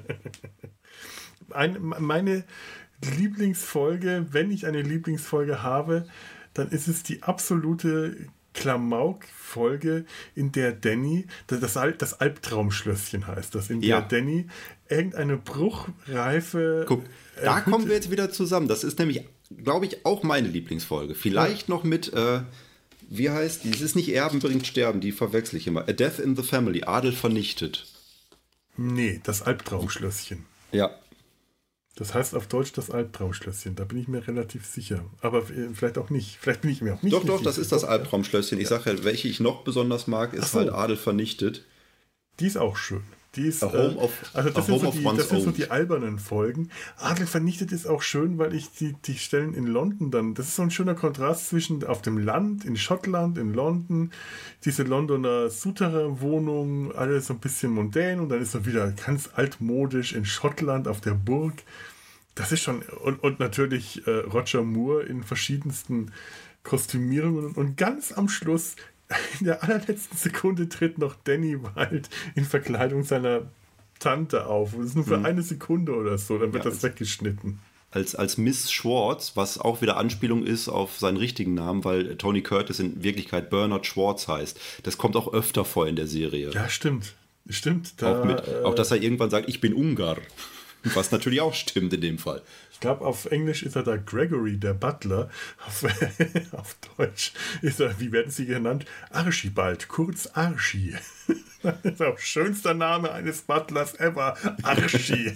Ein, meine Lieblingsfolge, wenn ich eine Lieblingsfolge habe, dann ist es die absolute Klamauk-Folge, in der Danny, das, das Albtraumschlösschen heißt das, in der Ja. Danny irgendeine bruchreife... Guck, da äh, kommen Hütte- wir jetzt wieder zusammen. Das ist nämlich, glaube ich, auch meine Lieblingsfolge. Vielleicht noch mit, äh, wie heißt die? Es ist nicht Erben bringt Sterben, die verwechsel ich immer. A Death in the Family, Adel vernichtet. Nee, das Albtraumschlösschen. Ja. Das heißt auf Deutsch das Albtraumschlösschen. Da bin ich mir relativ sicher. Aber äh, vielleicht auch nicht. Vielleicht bin ich mir auch nicht Doch, doch, sicher. das ist das Albtraumschlösschen. Ich sage ja, welche ich noch besonders mag, ist Ach so. halt Adel vernichtet. Die ist auch schön. Die ist, A Home äh, of- also A das, sind Home so, of die, One's das sind so Own. die albernen Folgen. Adel vernichtet ist auch schön, weil ich die, die Stellen in London dann, das ist so ein schöner Kontrast zwischen auf dem Land, in Schottland, in London, diese Londoner Souterrain-Wohnung, alles so ein bisschen mondän und dann ist so wieder ganz altmodisch in Schottland auf der Burg. Das ist schon, und, und natürlich äh, Roger Moore in verschiedensten Kostümierungen und ganz am Schluss, in der allerletzten Sekunde, tritt noch Danny Wilde in Verkleidung seiner Tante auf. Und das ist nur für Mhm. eine Sekunde oder so, dann wird Ja, das es- weggeschnitten. Als, als Miss Schwartz, was auch wieder Anspielung ist auf seinen richtigen Namen, weil Tony Curtis in Wirklichkeit Bernard Schwartz heißt. Das kommt auch öfter vor in der Serie. Ja, stimmt. Stimmt. Da, auch, mit, äh, auch, dass er irgendwann sagt, ich bin Ungar. Was natürlich auch stimmt in dem Fall. Ich glaube, auf Englisch ist er da Gregory, der Butler. Auf, auf Deutsch ist er, wie werden sie genannt? Archibald, kurz Archie. Das ist auch schönster Name eines Butlers ever. Archie.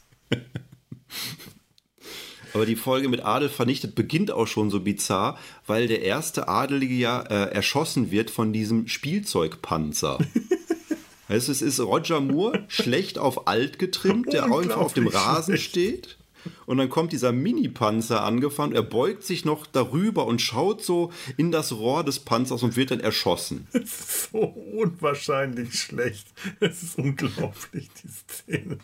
Aber die Folge mit Adel vernichtet beginnt auch schon so bizarr, weil der erste Adelige ja äh, erschossen wird von diesem Spielzeugpanzer. Weißt du, es ist Roger Moore, schlecht auf alt getrimmt, der einfach auf dem Unglaublich Rasen schlecht. steht. Und dann kommt dieser Mini-Panzer angefahren, er beugt sich noch darüber und schaut so in das Rohr des Panzers und wird dann erschossen. Das ist so unwahrscheinlich schlecht. Es ist unglaublich, die Szene.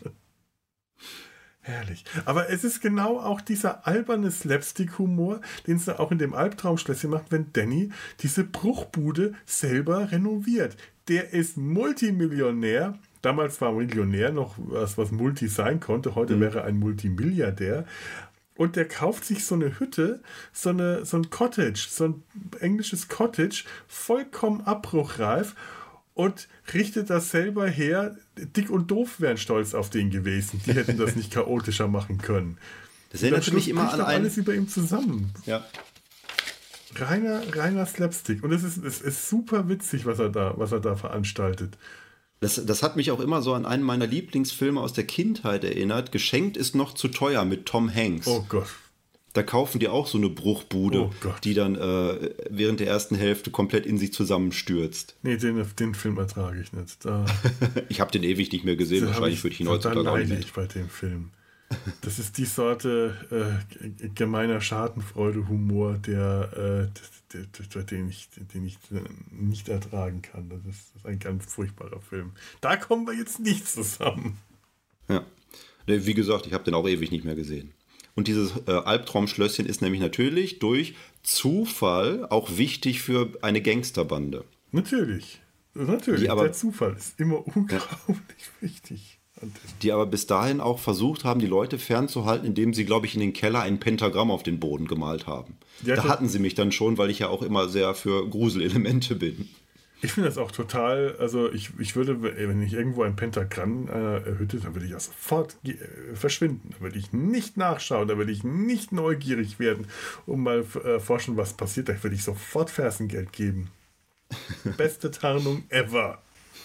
Herrlich. Aber es ist genau auch dieser alberne Slapstick-Humor, den sie auch in dem Albtraumschlösschen macht, wenn Danny diese Bruchbude selber renoviert. Der ist Multimillionär. Damals war Millionär noch was, was Multi sein konnte. Heute wäre er ein Multimilliardär. Und der kauft sich so eine Hütte, so, eine, so ein Cottage, so ein englisches Cottage, vollkommen abbruchreif und richtet das selber her. Dick und Doof wären stolz auf den gewesen. Die hätten das nicht chaotischer machen können. Das Und am erinnert mich Schluss immer bricht an doch einen. alles über ihm zusammen. Ja. Reiner, reiner Slapstick. Und es ist, es ist super witzig, was er da, was er da veranstaltet. Das, das hat mich auch immer so an einen meiner Lieblingsfilme aus der Kindheit erinnert. Geschenkt ist noch zu teuer mit Tom Hanks. Oh Gott. Da kaufen die auch so eine Bruchbude, Oh Gott. die dann äh, während der ersten Hälfte komplett in sich zusammenstürzt. Nee, den, den Film ertrage ich nicht. Da, Ich habe den ewig nicht mehr gesehen, da hab wahrscheinlich würde ich ihn heutzutage da auch nicht leide mehr. ich bei dem Film. Das ist die Sorte äh, g- gemeiner Schadenfreude-Humor, der, äh, der, der, der, den, ich, den ich äh, nicht ertragen kann. Das ist, das ist ein ganz furchtbarer Film. Da kommen wir jetzt nicht zusammen. Ja. Nee, wie gesagt, ich habe den auch ewig nicht mehr gesehen. Und dieses äh, Albtraumschlösschen ist nämlich natürlich durch Zufall auch wichtig für eine Gangsterbande. Natürlich. Natürlich. Die aber- der Zufall ist immer unglaublich wichtig. Und Die aber bis dahin auch versucht haben, die Leute fernzuhalten, indem sie, glaube ich, in den Keller ein Pentagramm auf den Boden gemalt haben. Ja, da das- hatten sie mich dann schon, weil ich ja auch immer sehr für Gruselelemente bin. Ich finde das auch total, also ich, ich würde, wenn ich irgendwo ein Pentagramm in einer Hütte, dann würde ich auch sofort ge- äh, verschwinden. Da würde ich nicht nachschauen, da würde ich nicht neugierig werden, um mal äh, forschen, was passiert. Da würde ich sofort Fersengeld geben. Beste Tarnung ever.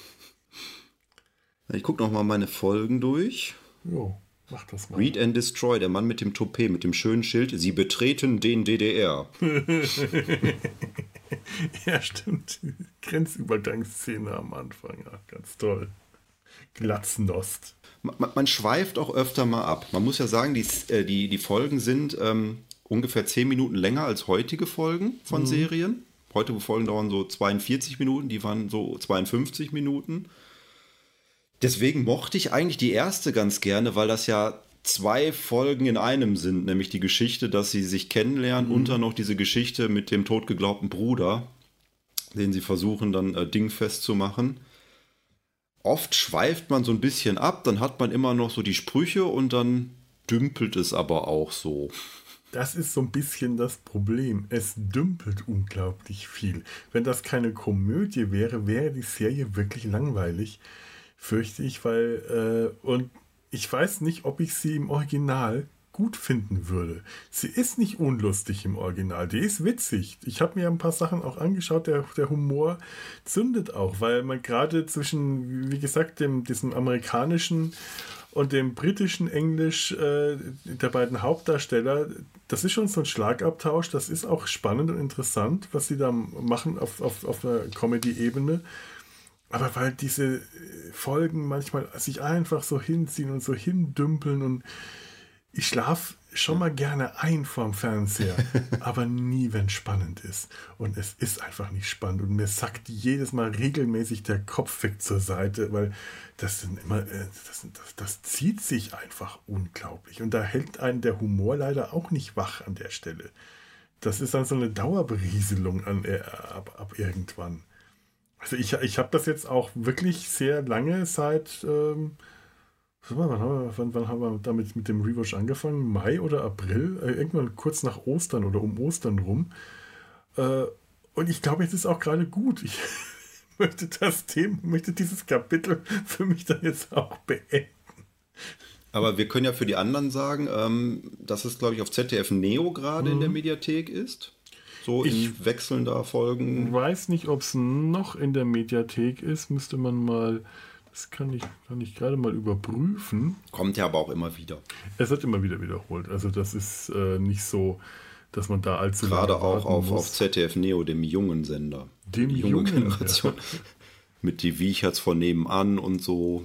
Ich gucke nochmal meine Folgen durch. Jo, mach das mal. Read and Destroy, der Mann mit dem Toupet, mit dem schönen Schild. Sie betreten den D D R. Ja, stimmt. Grenzübergangsszene am Anfang. Ja, ganz toll. Glatznost. Man, man schweift auch öfter mal ab. Man muss ja sagen, die, äh, die, die Folgen sind ähm, ungefähr zehn Minuten länger als heutige Folgen von Mhm. Serien. Heutige Folgen dauern so zweiundvierzig Minuten, die waren so zweiundfünfzig Minuten. Deswegen mochte ich eigentlich die erste ganz gerne, weil das ja zwei Folgen in einem sind, nämlich die Geschichte, dass sie sich kennenlernen und dann noch diese Geschichte mit dem totgeglaubten Bruder, den sie versuchen dann äh, dingfest zu machen. Oft schweift man so ein bisschen ab, dann hat man immer noch so die Sprüche und dann dümpelt es aber auch so. Das ist so ein bisschen das Problem. Es dümpelt unglaublich viel. Wenn das keine Komödie wäre, wäre die Serie wirklich langweilig, fürchte ich, weil äh, und ich weiß nicht, ob ich sie im Original gut finden würde. Sie ist nicht unlustig im Original, die ist witzig. Ich habe mir ein paar Sachen auch angeschaut, der, der Humor zündet auch, weil man gerade zwischen, wie gesagt, dem, diesem amerikanischen und dem britischen Englisch äh, der beiden Hauptdarsteller, das ist schon so ein Schlagabtausch, das ist auch spannend und interessant, was sie da machen auf, auf, auf einer Comedy-Ebene. Aber weil diese Folgen manchmal sich einfach so hinziehen und so hindümpeln und ich schlafe schon mal gerne ein vorm Fernseher, aber nie, wenn es spannend ist. Und es ist einfach nicht spannend. Und mir sackt jedes Mal regelmäßig der Kopf weg zur Seite, weil das sind immer, das, das, das zieht sich einfach unglaublich. Und da hält einen der Humor leider auch nicht wach an der Stelle. Das ist dann so eine Dauerberieselung an, äh, ab, ab irgendwann. Also ich, ich habe das jetzt auch wirklich sehr lange seit... Ähm, Wann haben, wir, wann, wann haben wir damit mit dem Rewatch angefangen? Mai oder April? Äh, irgendwann kurz nach Ostern oder um Ostern rum. Äh, und ich glaube, jetzt ist auch gerade gut. Ich möchte das Thema, möchte dieses Kapitel für mich dann jetzt auch beenden. Aber wir können ja für die anderen sagen, ähm, dass es, glaube ich, auf Z D F Neo gerade mhm. in der Mediathek ist. So in ich wechselnder Folgen. Ich weiß nicht, ob es noch in der Mediathek ist. Müsste man mal... Das kann ich, kann ich gerade mal überprüfen. Kommt ja aber auch immer wieder. Es wird immer wieder wiederholt. Also das ist äh, nicht so, dass man da allzu Gerade auch auf, auf Z D F Neo, dem jungen Sender. Dem die junge jungen, Generation. Ja. Mit die Wiecherts von nebenan und so.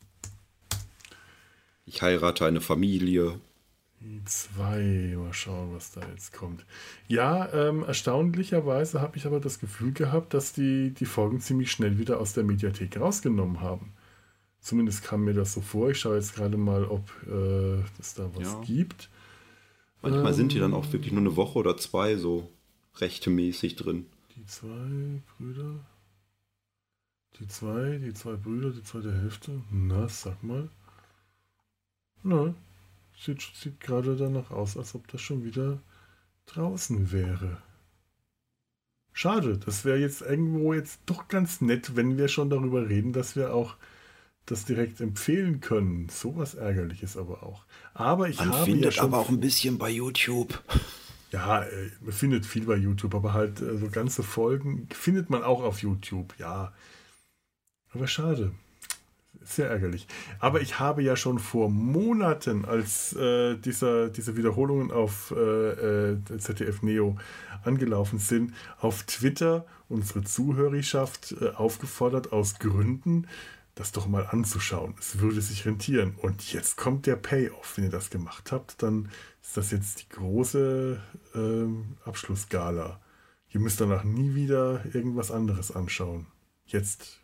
Ich heirate eine Familie. Die zwei, mal schauen, was da jetzt kommt. Ja, ähm, erstaunlicherweise habe ich aber das Gefühl gehabt, dass die die Folgen ziemlich schnell wieder aus der Mediathek rausgenommen haben. Zumindest kam mir das so vor. Ich schaue jetzt gerade mal, ob äh, es da was ja. gibt. Manchmal ähm, sind die dann auch wirklich nur eine Woche oder zwei so rechtmäßig drin. Die zwei Brüder. Die zwei, die zwei Brüder, die zweite Hälfte. Na, sag mal. Na, sieht, sieht gerade danach aus, als ob das schon wieder draußen wäre. Schade, das wäre jetzt irgendwo jetzt doch ganz nett, wenn wir schon darüber reden, dass wir auch das direkt empfehlen können. Sowas Ärgerliches aber auch. Aber ich Man habe findet ja schon aber auch ein bisschen bei YouTube. Ja, äh, man findet viel bei YouTube, aber halt äh, so ganze Folgen findet man auch auf YouTube, ja. Aber schade. Sehr ärgerlich. Aber ich habe ja schon vor Monaten, als äh, dieser, diese Wiederholungen auf äh, äh, Z D F Neo angelaufen sind, auf Twitter unsere Zuhörerschaft äh, aufgefordert, aus Gründen das doch mal anzuschauen. Es würde sich rentieren. Und jetzt kommt der Payoff. Wenn ihr das gemacht habt, dann ist das jetzt die große ähm, Abschlussgala. Ihr müsst danach nie wieder irgendwas anderes anschauen. Jetzt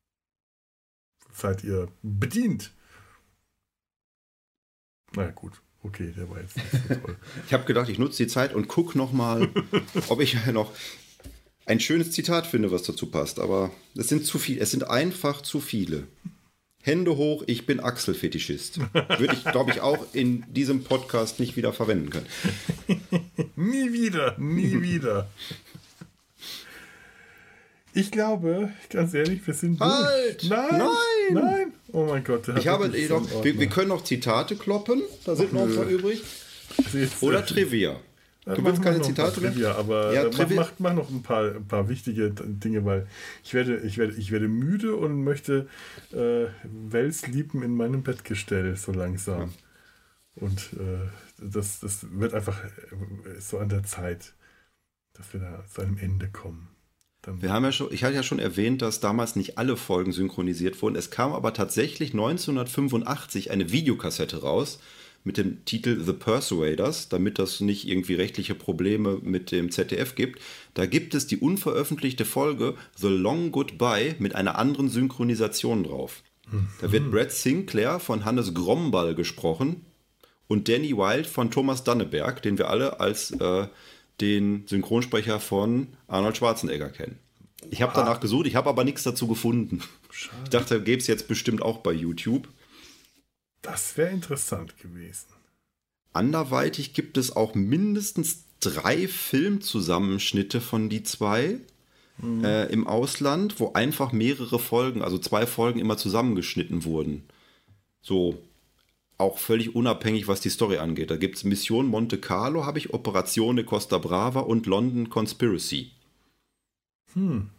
seid ihr bedient. Na ja, gut. Okay, der war jetzt nicht so toll. Ich habe gedacht, ich nutze die Zeit und gucke nochmal, ob ich noch ein schönes Zitat finde, was dazu passt. Aber es sind zu viele. Es sind einfach zu viele. Hände hoch, ich bin Achselfetischist. Würde ich, glaube ich, auch in diesem Podcast nicht wieder verwenden können. Nie wieder, nie wieder. Ich glaube, ganz ehrlich, wir sind halt! durch. Nein! Nein! Nein! Oh mein Gott. Der ich habe eh noch, wir, wir können noch Zitate kloppen. Da sind noch ein paar übrig. Oder Trivia. Du willst keine Zitate mehr? Trivia, aber ja, Trivia. Mach, mach, mach noch ein paar, ein paar wichtige Dinge, weil ich werde, ich werde, ich werde müde und möchte äh, Welslieben in meinem Bettgestell so langsam. Ja. Und äh, das, das wird einfach so an der Zeit, dass wir da zu einem Ende kommen. Dann wir haben ja schon, ich hatte ja schon erwähnt, dass damals nicht alle Folgen synchronisiert wurden. Es kam aber tatsächlich neunzehnhundertfünfundachtzig eine Videokassette raus mit dem Titel The Persuaders, damit das nicht irgendwie rechtliche Probleme mit dem Z D F gibt. Da gibt es die unveröffentlichte Folge The Long Goodbye mit einer anderen Synchronisation drauf. Mhm. Da wird Brad Sinclair von Hannes Gromball gesprochen und Danny Wilde von Thomas Danneberg, den wir alle als äh, den Synchronsprecher von Arnold Schwarzenegger kennen. Ich habe danach gesucht, ich habe aber nichts dazu gefunden. Schade. Ich dachte, gäbe es jetzt bestimmt auch bei YouTube. Das wäre interessant gewesen. Anderweitig gibt es auch mindestens drei Filmzusammenschnitte von die zwei mhm. äh, im Ausland, wo einfach mehrere Folgen, also zwei Folgen immer zusammengeschnitten wurden. So, auch völlig unabhängig, was die Story angeht. Da gibt es Mission Monte Carlo, habe ich, Operazione Costa Brava und London Conspiracy. Hm.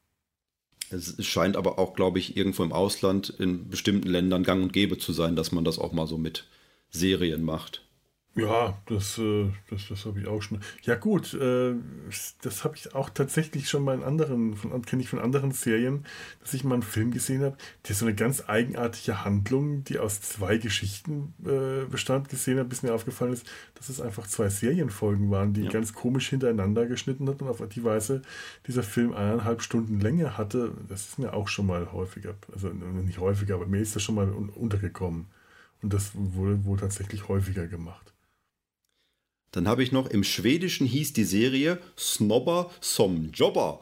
Es scheint aber auch, glaube ich, irgendwo im Ausland in bestimmten Ländern gang und gäbe zu sein, dass man das auch mal so mit Serien macht. Ja, das, äh, das, das habe ich auch schon. Ja gut, äh, das habe ich auch tatsächlich schon mal in anderen, von, kenne ich von anderen Serien, dass ich mal einen Film gesehen habe, der so eine ganz eigenartige Handlung, die aus zwei Geschichten äh, bestand, gesehen habe, bis mir aufgefallen ist, dass es einfach zwei Serienfolgen waren, die ja. ganz komisch hintereinander geschnitten hat und auf die Weise dieser Film eineinhalb Stunden Länge hatte. Das ist mir auch schon mal häufiger, also nicht häufiger, aber mir ist das schon mal un- untergekommen. Und das wurde wohl tatsächlich häufiger gemacht. Dann habe ich noch, im Schwedischen hieß die Serie Snobber som Jobber.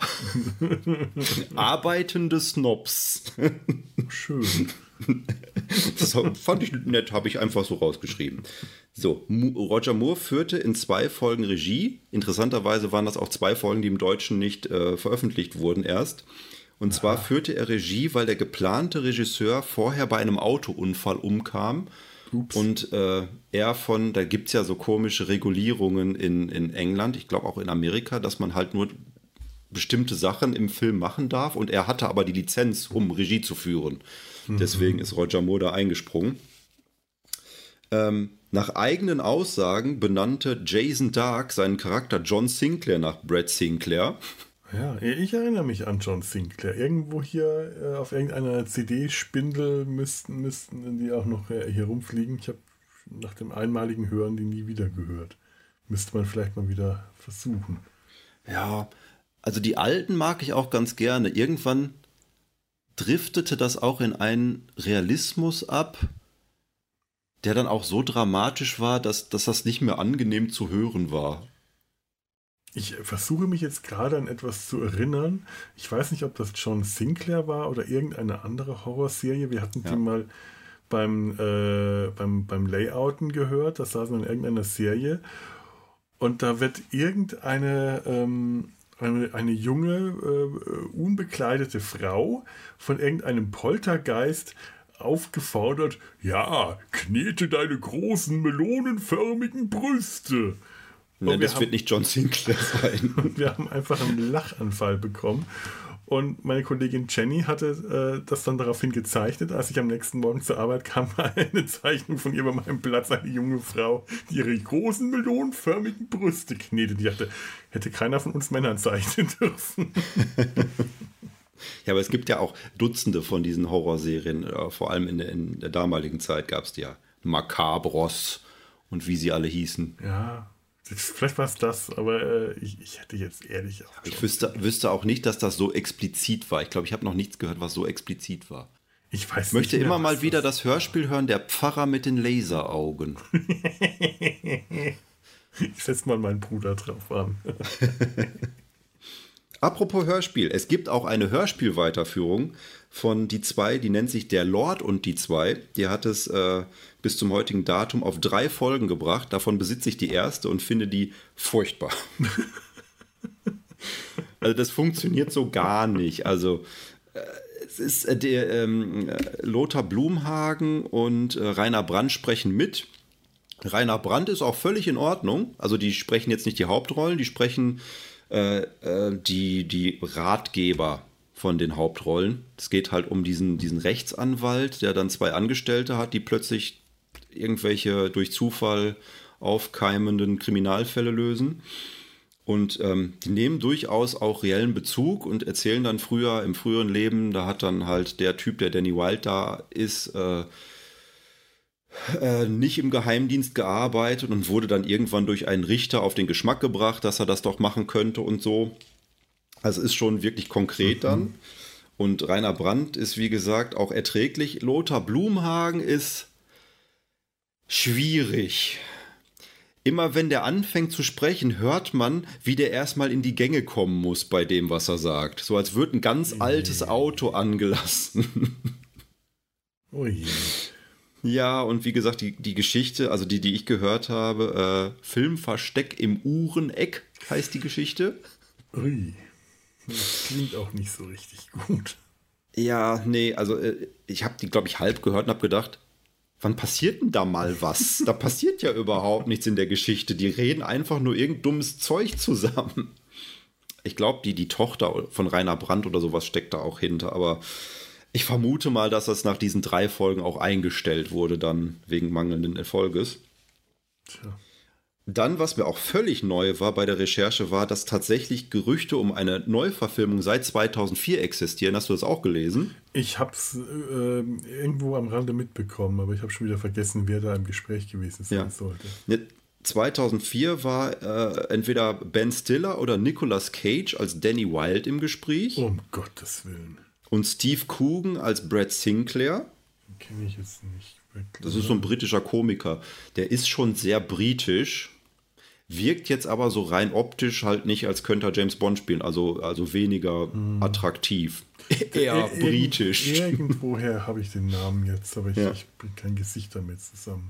Arbeitende Snobs. Schön. Das fand ich nett, habe ich einfach so rausgeschrieben. So, Roger Moore führte in zwei Folgen Regie. Interessanterweise waren das auch zwei Folgen, die im Deutschen nicht äh, veröffentlicht wurden erst. Und Aha. zwar führte er Regie, weil der geplante Regisseur vorher bei einem Autounfall umkam. Ups. Und äh, er von, da gibt es ja so komische Regulierungen in, in England, ich glaube auch in Amerika, dass man halt nur bestimmte Sachen im Film machen darf. Und er hatte aber die Lizenz, um Regie zu führen. Mhm. Deswegen ist Roger Moore da eingesprungen. Ähm, nach eigenen Aussagen benannte Jason Dark seinen Charakter John Sinclair nach Brad Sinclair. Ja, ich erinnere mich an John Sinclair. Irgendwo hier äh, auf irgendeiner C D-Spindel müssten, müssten die auch noch äh, hier rumfliegen. Ich habe nach dem einmaligen Hören die nie wieder gehört. Müsste man vielleicht mal wieder versuchen. Ja, also die alten mag ich auch ganz gerne. Irgendwann driftete das auch in einen Realismus ab, der dann auch so dramatisch war, dass, dass das nicht mehr angenehm zu hören war. Ich versuche mich jetzt gerade an etwas zu erinnern. Ich weiß nicht, ob das John Sinclair war oder irgendeine andere Horrorserie. Wir hatten ja. die mal beim, äh, beim, beim Layouten gehört. Das saßen in irgendeiner Serie. Und da wird irgendeine ähm, eine, eine junge, äh, unbekleidete Frau von irgendeinem Poltergeist aufgefordert, ja, knete deine großen melonenförmigen Brüste. Nein, das haben, wird nicht John Sinclair sein. Und wir haben einfach einen Lachanfall bekommen. Und meine Kollegin Jenny hatte äh, das dann daraufhin gezeichnet. Als ich am nächsten Morgen zur Arbeit kam, war eine Zeichnung von ihr bei meinem Platz, eine junge Frau, die ihre großen melonenförmigen Brüste knetet. Die dachte, hätte keiner von uns Männern zeichnen dürfen. Ja, aber es gibt ja auch Dutzende von diesen Horrorserien. Vor allem in der, in der damaligen Zeit gab es die ja. Macabros und wie sie alle hießen. Ja, vielleicht war es das, aber äh, ich, ich hätte jetzt ehrlich auch. Ich wüsste, wüsste auch nicht, dass das so explizit war. Ich glaube, ich habe noch nichts gehört, was so explizit war. Ich weiß ich möchte nicht mehr, immer mal wieder das Hörspiel hören, der Pfarrer mit den Laseraugen. Ich setze mal meinen Bruder drauf an. Apropos Hörspiel, es gibt auch eine Hörspielweiterführung von Die Zwei, die nennt sich Der Lord und die Zwei. Die hat es äh, bis zum heutigen Datum auf drei Folgen gebracht. Davon besitze ich die erste und finde die furchtbar. Also das funktioniert so gar nicht. Also äh, es ist äh, der ähm, Lothar Blumhagen und äh, Rainer Brandt sprechen mit. Rainer Brandt ist auch völlig in Ordnung. Also die sprechen jetzt nicht die Hauptrollen, die sprechen Äh, äh, die, die Ratgeber von den Hauptrollen. Es geht halt um diesen, diesen Rechtsanwalt, der dann zwei Angestellte hat, die plötzlich irgendwelche durch Zufall aufkeimenden Kriminalfälle lösen. Und ähm, die nehmen durchaus auch reellen Bezug und erzählen dann früher, im früheren Leben, da hat dann halt der Typ, der Danny Wilde da ist, äh, äh, nicht im Geheimdienst gearbeitet und wurde dann irgendwann durch einen Richter auf den Geschmack gebracht, dass er das doch machen könnte und so. Also ist schon wirklich konkret mhm. dann. Und Rainer Brandt ist, wie gesagt, auch erträglich. Lothar Blumhagen ist schwierig. Immer wenn der anfängt zu sprechen, hört man, wie der erstmal in die Gänge kommen muss bei dem, was er sagt. So als würde ein ganz altes Auto angelassen. Oh je. Ja, und wie gesagt, die, die Geschichte, also die, die ich gehört habe, äh, Filmversteck im Uhreneck heißt die Geschichte. Ui. Das klingt auch nicht so richtig gut. Ja, nee, also äh, ich habe die, glaube ich, halb gehört und habe gedacht, wann passiert denn da mal was? Da passiert ja überhaupt nichts in der Geschichte. Die reden einfach nur irgend dummes Zeug zusammen. Ich glaube, die, die Tochter von Rainer Brandt oder sowas steckt da auch hinter. Aber ich vermute mal, dass das nach diesen drei Folgen auch eingestellt wurde, dann wegen mangelnden Erfolges. Tja. Dann, was mir auch völlig neu war bei der Recherche, war, dass tatsächlich Gerüchte um eine Neuverfilmung seit zweitausendvier existieren. Hast du das auch gelesen? Ich habe es äh, irgendwo am Rande mitbekommen, aber ich habe schon wieder vergessen, wer da im Gespräch gewesen sein ja. sollte. zweitausendvier war äh, entweder Ben Stiller oder Nicolas Cage als Danny Wilde im Gespräch. Um Gottes Willen. Und Steve Coogan als Brad Sinclair. Den kenne ich jetzt nicht wirklich. Das ist so ein britischer Komiker. Der ist schon sehr britisch. Wirkt jetzt aber so rein optisch halt nicht, als könnte er James Bond spielen, also, also weniger hm. attraktiv. Eher Ir britisch. Irgendwoher habe ich den Namen jetzt, aber ich, ja. ich bringe kein Gesicht damit zusammen.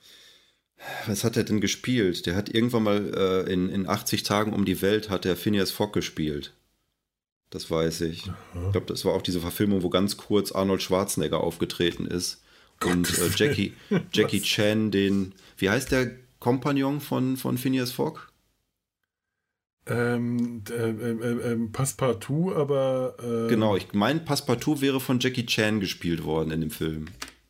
Was hat er denn gespielt? Der hat irgendwann mal äh, in, in achtzig Tagen um die Welt hat er Phineas Fogg gespielt. Das weiß ich. Aha. Ich glaube, das war auch diese Verfilmung, wo ganz kurz Arnold Schwarzenegger aufgetreten ist. Gott, und äh, Jackie, Jackie Chan, den, wie heißt der Kompagnon von, von Phineas Fogg? Ähm, äh, äh, äh, Passepartout, aber... Äh genau, ich meine, Passepartout wäre von Jackie Chan gespielt worden in dem Film.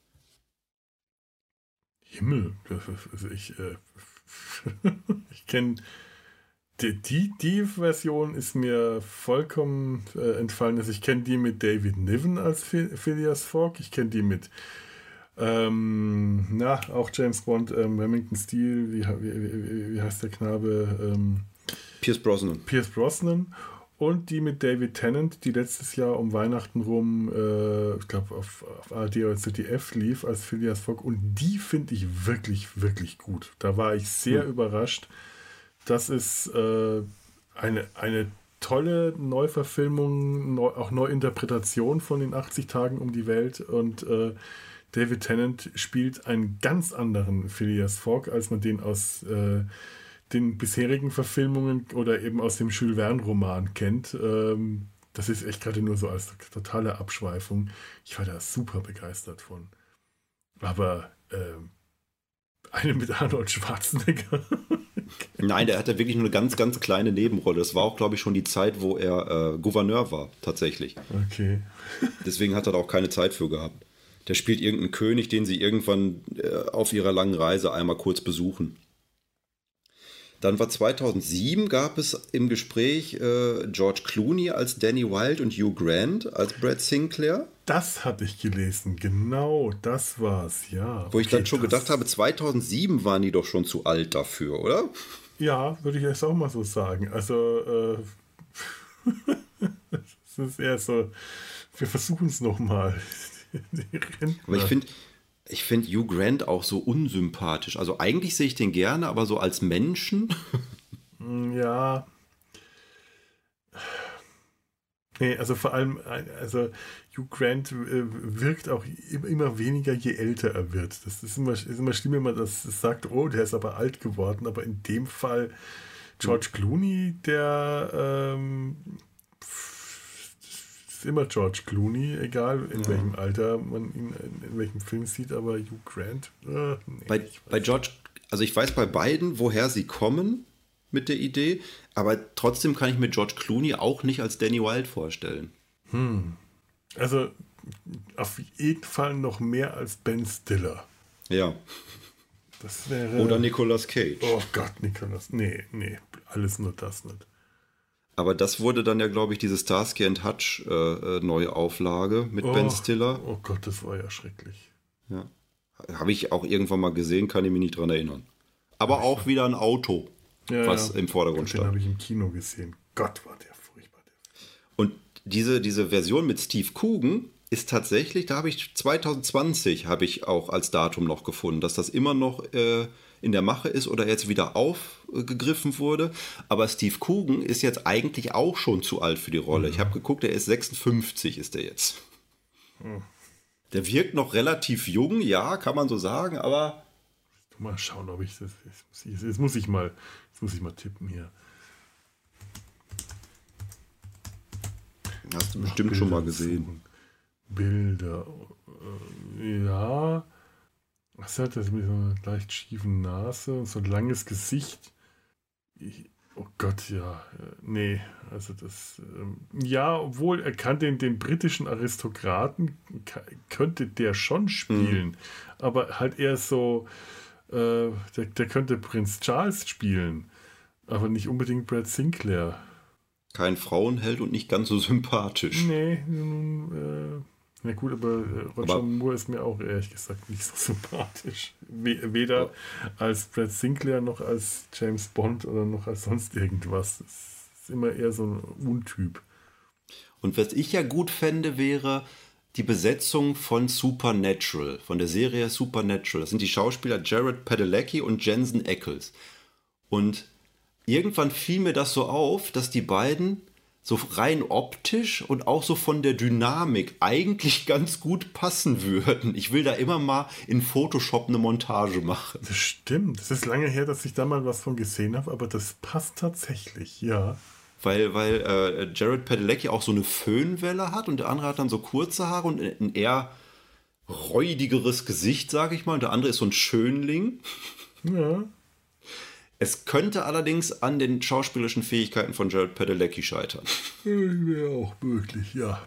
Himmel, also ich, äh, ich kenne... Die, die, die Version ist mir vollkommen äh, entfallen. Also ich kenne die mit David Niven als Phileas Fogg. Ich kenne die mit ähm, na, auch James Bond, ähm, Remington Steele, wie, wie, wie heißt der Knabe? Ähm, Pierce Brosnan. Pierce Brosnan. Und die mit David Tennant, die letztes Jahr um Weihnachten rum, äh, ich glaube auf, auf A R D oder Z D F lief als Phileas Fogg. Und die finde ich wirklich, wirklich gut. Da war ich sehr hm. überrascht. Das ist äh, eine, eine tolle Neuverfilmung, neu, auch Neuinterpretation von den achtzig Tagen um die Welt. Und äh, David Tennant spielt einen ganz anderen Phileas Fogg, als man den aus äh, den bisherigen Verfilmungen oder eben aus dem Jules Verne-Roman kennt. Ähm, das ist echt gerade nur so als totale Abschweifung. Ich war da super begeistert von. Aber äh, eine mit Arnold Schwarzenegger. Nein, der hatte wirklich nur eine ganz, ganz kleine Nebenrolle. Das war auch, glaube ich, schon die Zeit, wo er äh, Gouverneur war, tatsächlich. Okay. Deswegen hat er da auch keine Zeit für gehabt. Der spielt irgendeinen König, den sie irgendwann äh, auf ihrer langen Reise einmal kurz besuchen. Dann war zweitausendsieben, gab es im Gespräch äh, George Clooney als Danny Wilde und Hugh Grant als Brad Sinclair. Das hatte ich gelesen, genau, das war's, ja. Wo okay, ich dann schon das... gedacht habe, zweitausendsieben waren die doch schon zu alt dafür, oder? Ja, würde ich jetzt auch mal so sagen. Also, äh, das ist eher so, wir versuchen es nochmal. Aber ich finde... Ich finde Hugh Grant auch so unsympathisch. Also eigentlich sehe ich den gerne, aber so als Menschen. Ja. Nee, also vor allem, also Hugh Grant wirkt auch immer weniger, je älter er wird. Das ist immer, ist immer schlimm, wenn man das sagt, oh, der ist aber alt geworden. Aber in dem Fall George Clooney, der ähm, ist immer George Clooney, egal in ja. welchem Alter man ihn in welchem Film sieht, aber Hugh Grant. Äh, nee, bei, bei George, also ich weiß bei beiden, woher sie kommen mit der Idee, aber trotzdem kann ich mir George Clooney auch nicht als Danny Wilde vorstellen. Hm. Also auf jeden Fall noch mehr als Ben Stiller. Ja. Das wäre. Oder Nicolas Cage. Oh Gott, Nicolas. Nee, nee, alles nur das nicht. Aber das wurde dann ja, glaube ich, diese Starsky and Hutch äh, neue Auflage mit oh, Ben Stiller. Oh Gott, das war ja schrecklich. Ja. Habe ich auch irgendwann mal gesehen, kann ich mich nicht dran erinnern. Aber auch wieder ein Auto, Ja, was ja. im Vordergrund Den stand. habe ich im Kino gesehen. Gott, war der furchtbar. Und diese, diese Version mit Steve Coogan ist tatsächlich, da habe ich zwanzig zwanzig habe ich auch als Datum noch gefunden, dass das immer noch äh, in der Mache ist oder jetzt wieder aufgegriffen wurde. Aber Steve Coogan ist jetzt eigentlich auch schon zu alt für die Rolle. Mhm. Ich habe geguckt, er ist sechsundfünfzig ist er jetzt. Mhm. Der wirkt noch relativ jung, ja, kann man so sagen, aber Mal schauen, ob ich das. Jetzt muss ich, jetzt muss ich mal, jetzt muss ich mal tippen hier. hast du bestimmt schon mal gesehen. suchen. Bilder. Äh, ja. Was hat das mit so einer leicht schiefen Nase und so ein langes Gesicht? Ich, oh Gott, ja. äh, Nee, also das. Ähm, ja, obwohl er kann den, den britischen Aristokraten, ka- könnte der schon spielen. Aber halt eher so. Äh, der, der könnte Prinz Charles spielen. Aber nicht unbedingt Brad Sinclair. Kein Frauenheld und nicht ganz so sympathisch. Nee, nun, äh, na gut, aber äh, Roger Aber- Moore ist mir auch ehrlich gesagt nicht so sympathisch. We- weder als Brad Sinclair noch als James Bond oder noch als sonst irgendwas. Das ist immer eher so ein Untyp. Und was ich ja gut fände, wäre die Besetzung von Supernatural, von der Serie Supernatural. Das sind die Schauspieler Jared Padalecki und Jensen Ackles. Und irgendwann fiel mir das so auf, dass die beiden so rein optisch und auch so von der Dynamik eigentlich ganz gut passen würden. Ich will da immer mal in Photoshop eine Montage machen. Das stimmt. Es ist lange her, dass ich da mal was von gesehen habe, aber das passt tatsächlich, ja. Weil, weil äh, Jared Padalecki auch so eine Föhnwelle hat und der andere hat dann so kurze Haare und ein eher räudigeres Gesicht, sage ich mal. Und der andere ist so ein Schönling. Ja. Es könnte allerdings an den schauspielerischen Fähigkeiten von Jared Padalecki scheitern. Wäre auch möglich, ja.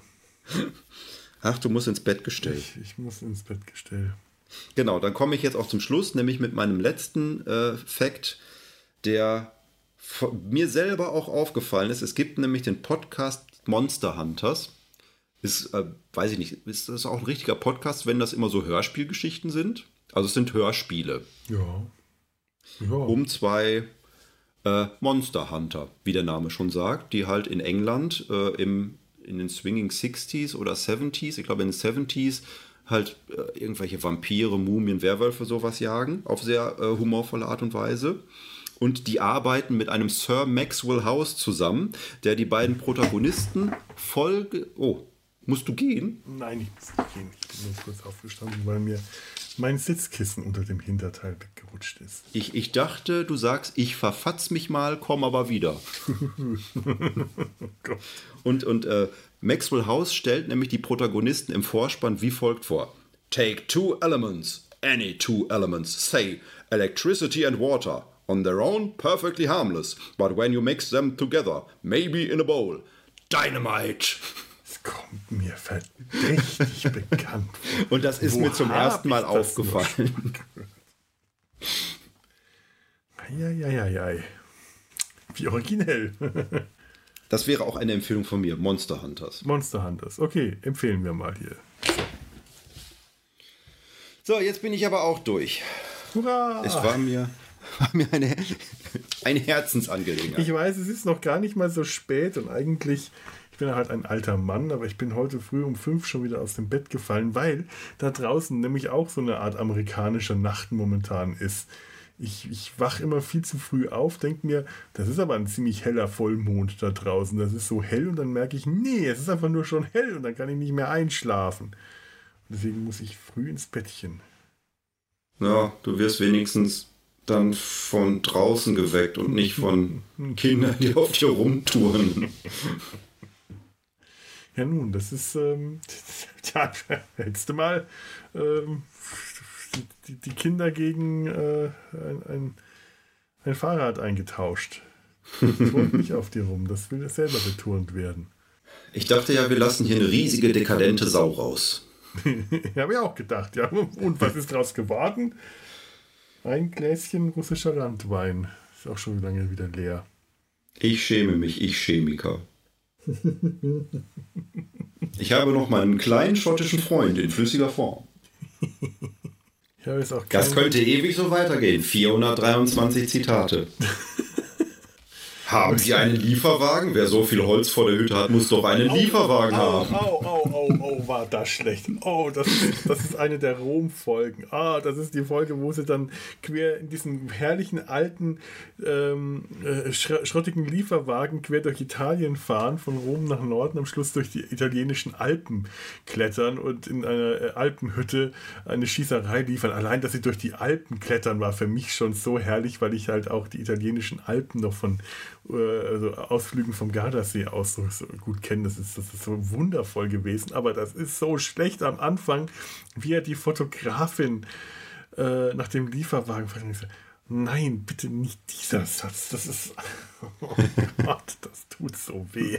Ach, du musst ins Bett gestellt. Ich, ich muss ins Bett gestellt. Genau, dann komme ich jetzt auch zum Schluss, nämlich mit meinem letzten äh, Fact, der von mir selber auch aufgefallen ist. Es gibt nämlich den Podcast Monster Hunters. Ist, äh, weiß ich nicht, ist das auch ein richtiger Podcast, wenn das immer so Hörspielgeschichten sind? Also es sind Hörspiele Ja. Ja. um zwei äh, Monster Hunter, wie der Name schon sagt, die halt in England äh, im, in den Swinging sixties oder seventies, ich glaube in den seventies, halt äh, irgendwelche Vampire, Mumien, Werwölfe, sowas jagen, auf sehr äh, humorvolle Art und Weise. Und die arbeiten mit einem Sir Maxwell House zusammen, der die beiden Protagonisten Folge... Oh, musst du gehen? Nein, ich muss nicht gehen. Ich bin nur kurz aufgestanden, weil mir mein Sitzkissen unter dem Hinterteil weggerutscht ist. Ich, ich dachte, du sagst, ich verfatz mich mal, komm aber wieder. Gott. Und, und äh, Maxwell House stellt nämlich die Protagonisten im Vorspann wie folgt vor. Take two elements, any two elements, say electricity and water. On their own, perfectly harmless. But when you mix them together, maybe in a bowl, dynamite. Es kommt mir verdächtig bekannt vor. Und das ist Wo mir zum hab ersten Mal ich das noch aufgefallen. Eieieiei. Wie originell. Das wäre auch eine Empfehlung von mir, Monster Hunters. Monster Hunters. Okay, empfehlen wir mal hier. So, jetzt bin ich aber auch durch. Hurra! Es war mir, war mir eine, eine Herzensangelegenheit. Ich weiß, es ist noch gar nicht mal so spät und eigentlich, ich bin halt ein alter Mann, aber ich bin heute früh um fünf schon wieder aus dem Bett gefallen, weil da draußen nämlich auch so eine Art amerikanische Nacht momentan ist. Ich, ich wache immer viel zu früh auf, denke mir, das ist aber ein ziemlich heller Vollmond da draußen. Das ist so hell und dann merke ich, nee, es ist einfach nur schon hell und dann kann ich nicht mehr einschlafen. Und deswegen muss ich früh ins Bettchen. Ja, du wirst wenigstens dann von draußen geweckt und nicht von Kindern, die auf dir rumtouren. Ja nun, das ist, ähm, tja, hättest du mal ähm, die, die Kinder gegen äh, ein, ein, ein Fahrrad eingetauscht. Das wollte nicht auf dir rum, das will selber beturnt werden. Ich dachte ja, wir lassen hier eine riesige, dekadente Sau raus. Habe ich auch gedacht, ja. Und was ist daraus geworden? Ein Gläschen russischer Landwein. Ist auch schon lange wieder leer. Ich schäme mich, ich Chemiker. Ich habe noch meinen kleinen schottischen Freund in flüssiger Form. Ich habe jetzt auch Das keinen- könnte ewig so weitergehen. vierhundertdreiundzwanzig Zitate. Haben Sie einen Lieferwagen? Wer so viel Holz vor der Hütte hat, muss doch einen Lieferwagen Au, haben. au, au, au, au, war das schlecht. Oh, das ist, das ist eine der Rom-Folgen. Ah, das ist die Folge, wo sie dann quer in diesem herrlichen, alten, ähm, äh, schr schrottigen Lieferwagen quer durch Italien fahren, von Rom nach Norden, am Schluss durch die italienischen Alpen klettern und in einer äh, Alpenhütte eine Schießerei liefern. Allein, dass sie durch die Alpen klettern, war für mich schon so herrlich, weil ich halt auch die italienischen Alpen noch von also Ausflügen vom Gardasee aus so, so gut kennen. Das ist, das ist so wundervoll gewesen. Aber das ist so schlecht am Anfang, wie er die Fotografin äh, nach dem Lieferwagen fragt. Nein, bitte nicht dieser Satz. Das ist... Oh Gott, das tut so weh.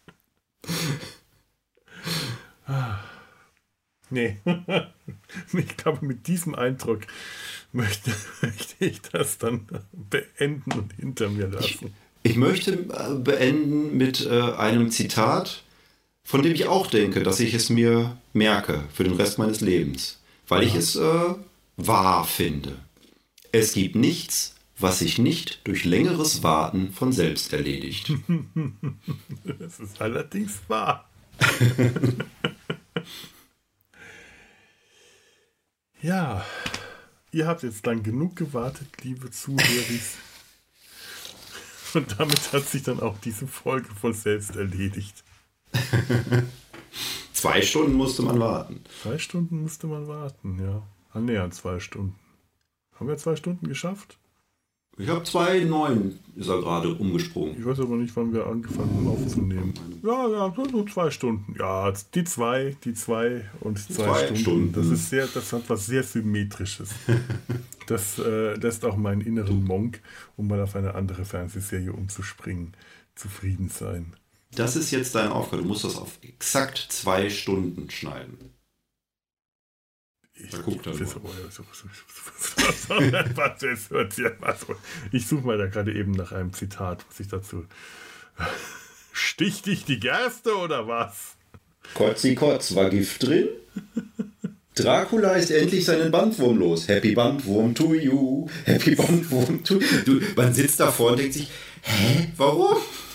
Nee. Ich glaube, mit diesem Eindruck möchte, möchte ich das dann beenden und hinter mir lassen. Ich möchte beenden mit äh, einem Zitat, von dem ich auch denke, dass ich es mir merke für den Rest meines Lebens, weil ich es äh, wahr finde. Es gibt nichts, was sich nicht durch längeres Warten von selbst erledigt. Das ist allerdings wahr. Ja, ihr habt jetzt lang genug gewartet, liebe Zuhörer. Und damit hat sich dann auch diese Folge von selbst erledigt. Zwei Stunden musste man warten. Zwei Stunden musste man warten, ja. Annähernd zwei Stunden. Haben wir zwei Stunden geschafft? Ich habe zwei neun, ist er gerade umgesprungen. Ich weiß aber nicht, wann wir angefangen haben aufzunehmen. Ja, ja, so, so zwei Stunden. Ja, die zwei, die zwei und zwei, Zwei Stunden. Stunden. Das ist sehr, das hat was sehr Symmetrisches. Das äh, lässt auch meinen inneren Monk, um mal auf eine andere Fernsehserie umzuspringen, zufrieden sein. Das ist jetzt deine Aufgabe. Du musst das auf exakt zwei Stunden schneiden. Ich, Da guckt er ich, nur. so, so, so, was jetzt hört sie mal so. Ich suche mal da gerade eben nach einem Zitat, was ich dazu. Stich dich die Gerste oder was? Kotzi Kotz, war Gift drin? Dracula ist endlich seinen Bandwurm los. Happy Bandwurm to you. Happy Bandwurm to you. Du, man sitzt davor und denkt sich, hä, warum?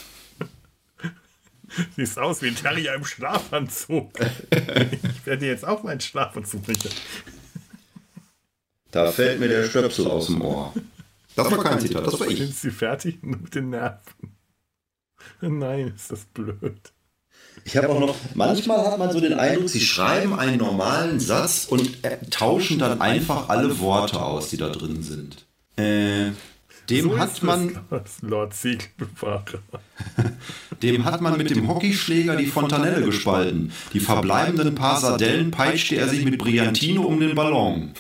Siehst aus wie ein Terrier im Schlafanzug. Ich werde jetzt auch meinen Schlafanzug bringen. Da fällt mir der Stöpsel aus dem Ohr. Das war kein Zitat, das war ich. Sind Sie fertig mit den Nerven? Nein, ist das blöd. Ich habe auch noch, manchmal hat man so den Eindruck, sie schreiben einen normalen Satz und äh, tauschen dann einfach alle Worte aus, die da drin sind. Äh, dem So hat ist man, das, Lord Segelbewahrer. dem hat man mit dem Hockeyschläger die Fontanelle gespalten. Die verbleibenden paar Sardellen peitschte er sich mit Brillantino um den Ballon.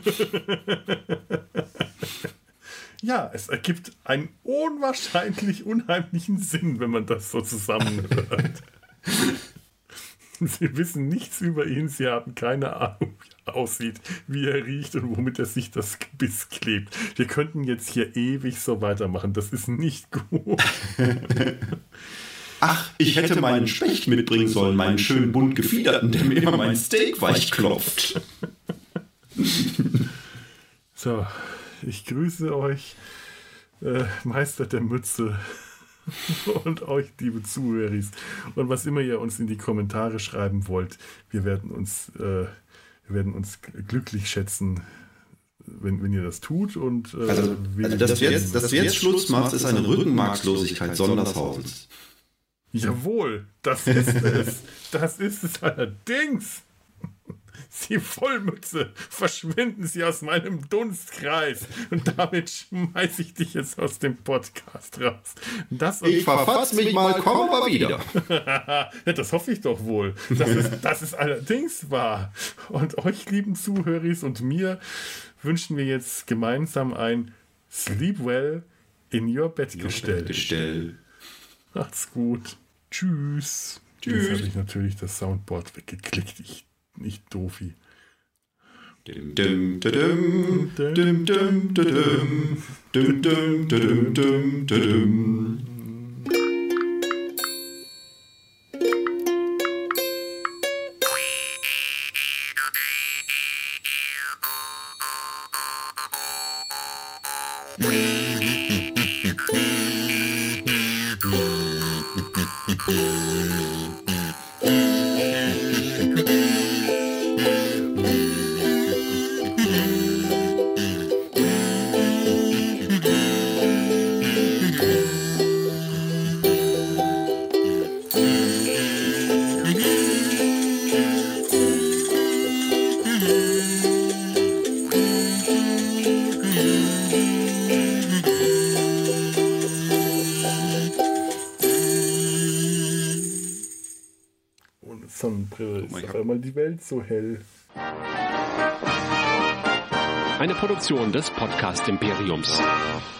Ja, es ergibt einen unwahrscheinlich unheimlichen Sinn, wenn man das so zusammenhört. Sie wissen nichts über ihn, sie haben keine Ahnung, wie er aussieht, wie er riecht und womit er sich das Gebiss klebt. Wir könnten jetzt hier ewig so weitermachen, das ist nicht gut. Ach, ich hätte meinen Specht mitbringen sollen, meinen schönen bunt gefiederten, der mir immer mein Steak weich klopft. So, ich grüße euch, äh, Meister der Mütze. Und euch, liebe Zuhörer. Und was immer ihr uns in die Kommentare schreiben wollt, wir werden uns, äh, wir werden uns glücklich schätzen, wenn, wenn ihr das tut. Und, äh, Also, also dass, du jetzt, dass du jetzt Schluss machst, ist eine Rückenmarkslosigkeit Sondershausens. Jawohl, das ist es. Das ist es allerdings. Sie Vollmütze, verschwinden Sie aus meinem Dunstkreis. Und damit schmeiße ich dich jetzt aus dem Podcast raus. Das Ich verfatz mich mal, komm aber wieder. Ja, das hoffe ich doch wohl. Das ist, das ist allerdings wahr. Und euch, lieben Zuhörer und mir, wünschen wir jetzt gemeinsam ein Sleep Well in Your Bettgestell. Gestell. Macht's gut. Tschüss. Tschüss. Jetzt habe ich natürlich das Soundboard weggeklickt. Ich nicht doofi. Dim, dim, dim, dim, dim, dim, dim, dim, dim, dim, dim, dim. Sonnenbrille ist auf einmal die Welt so hell. Eine Produktion des Podcast Imperiums.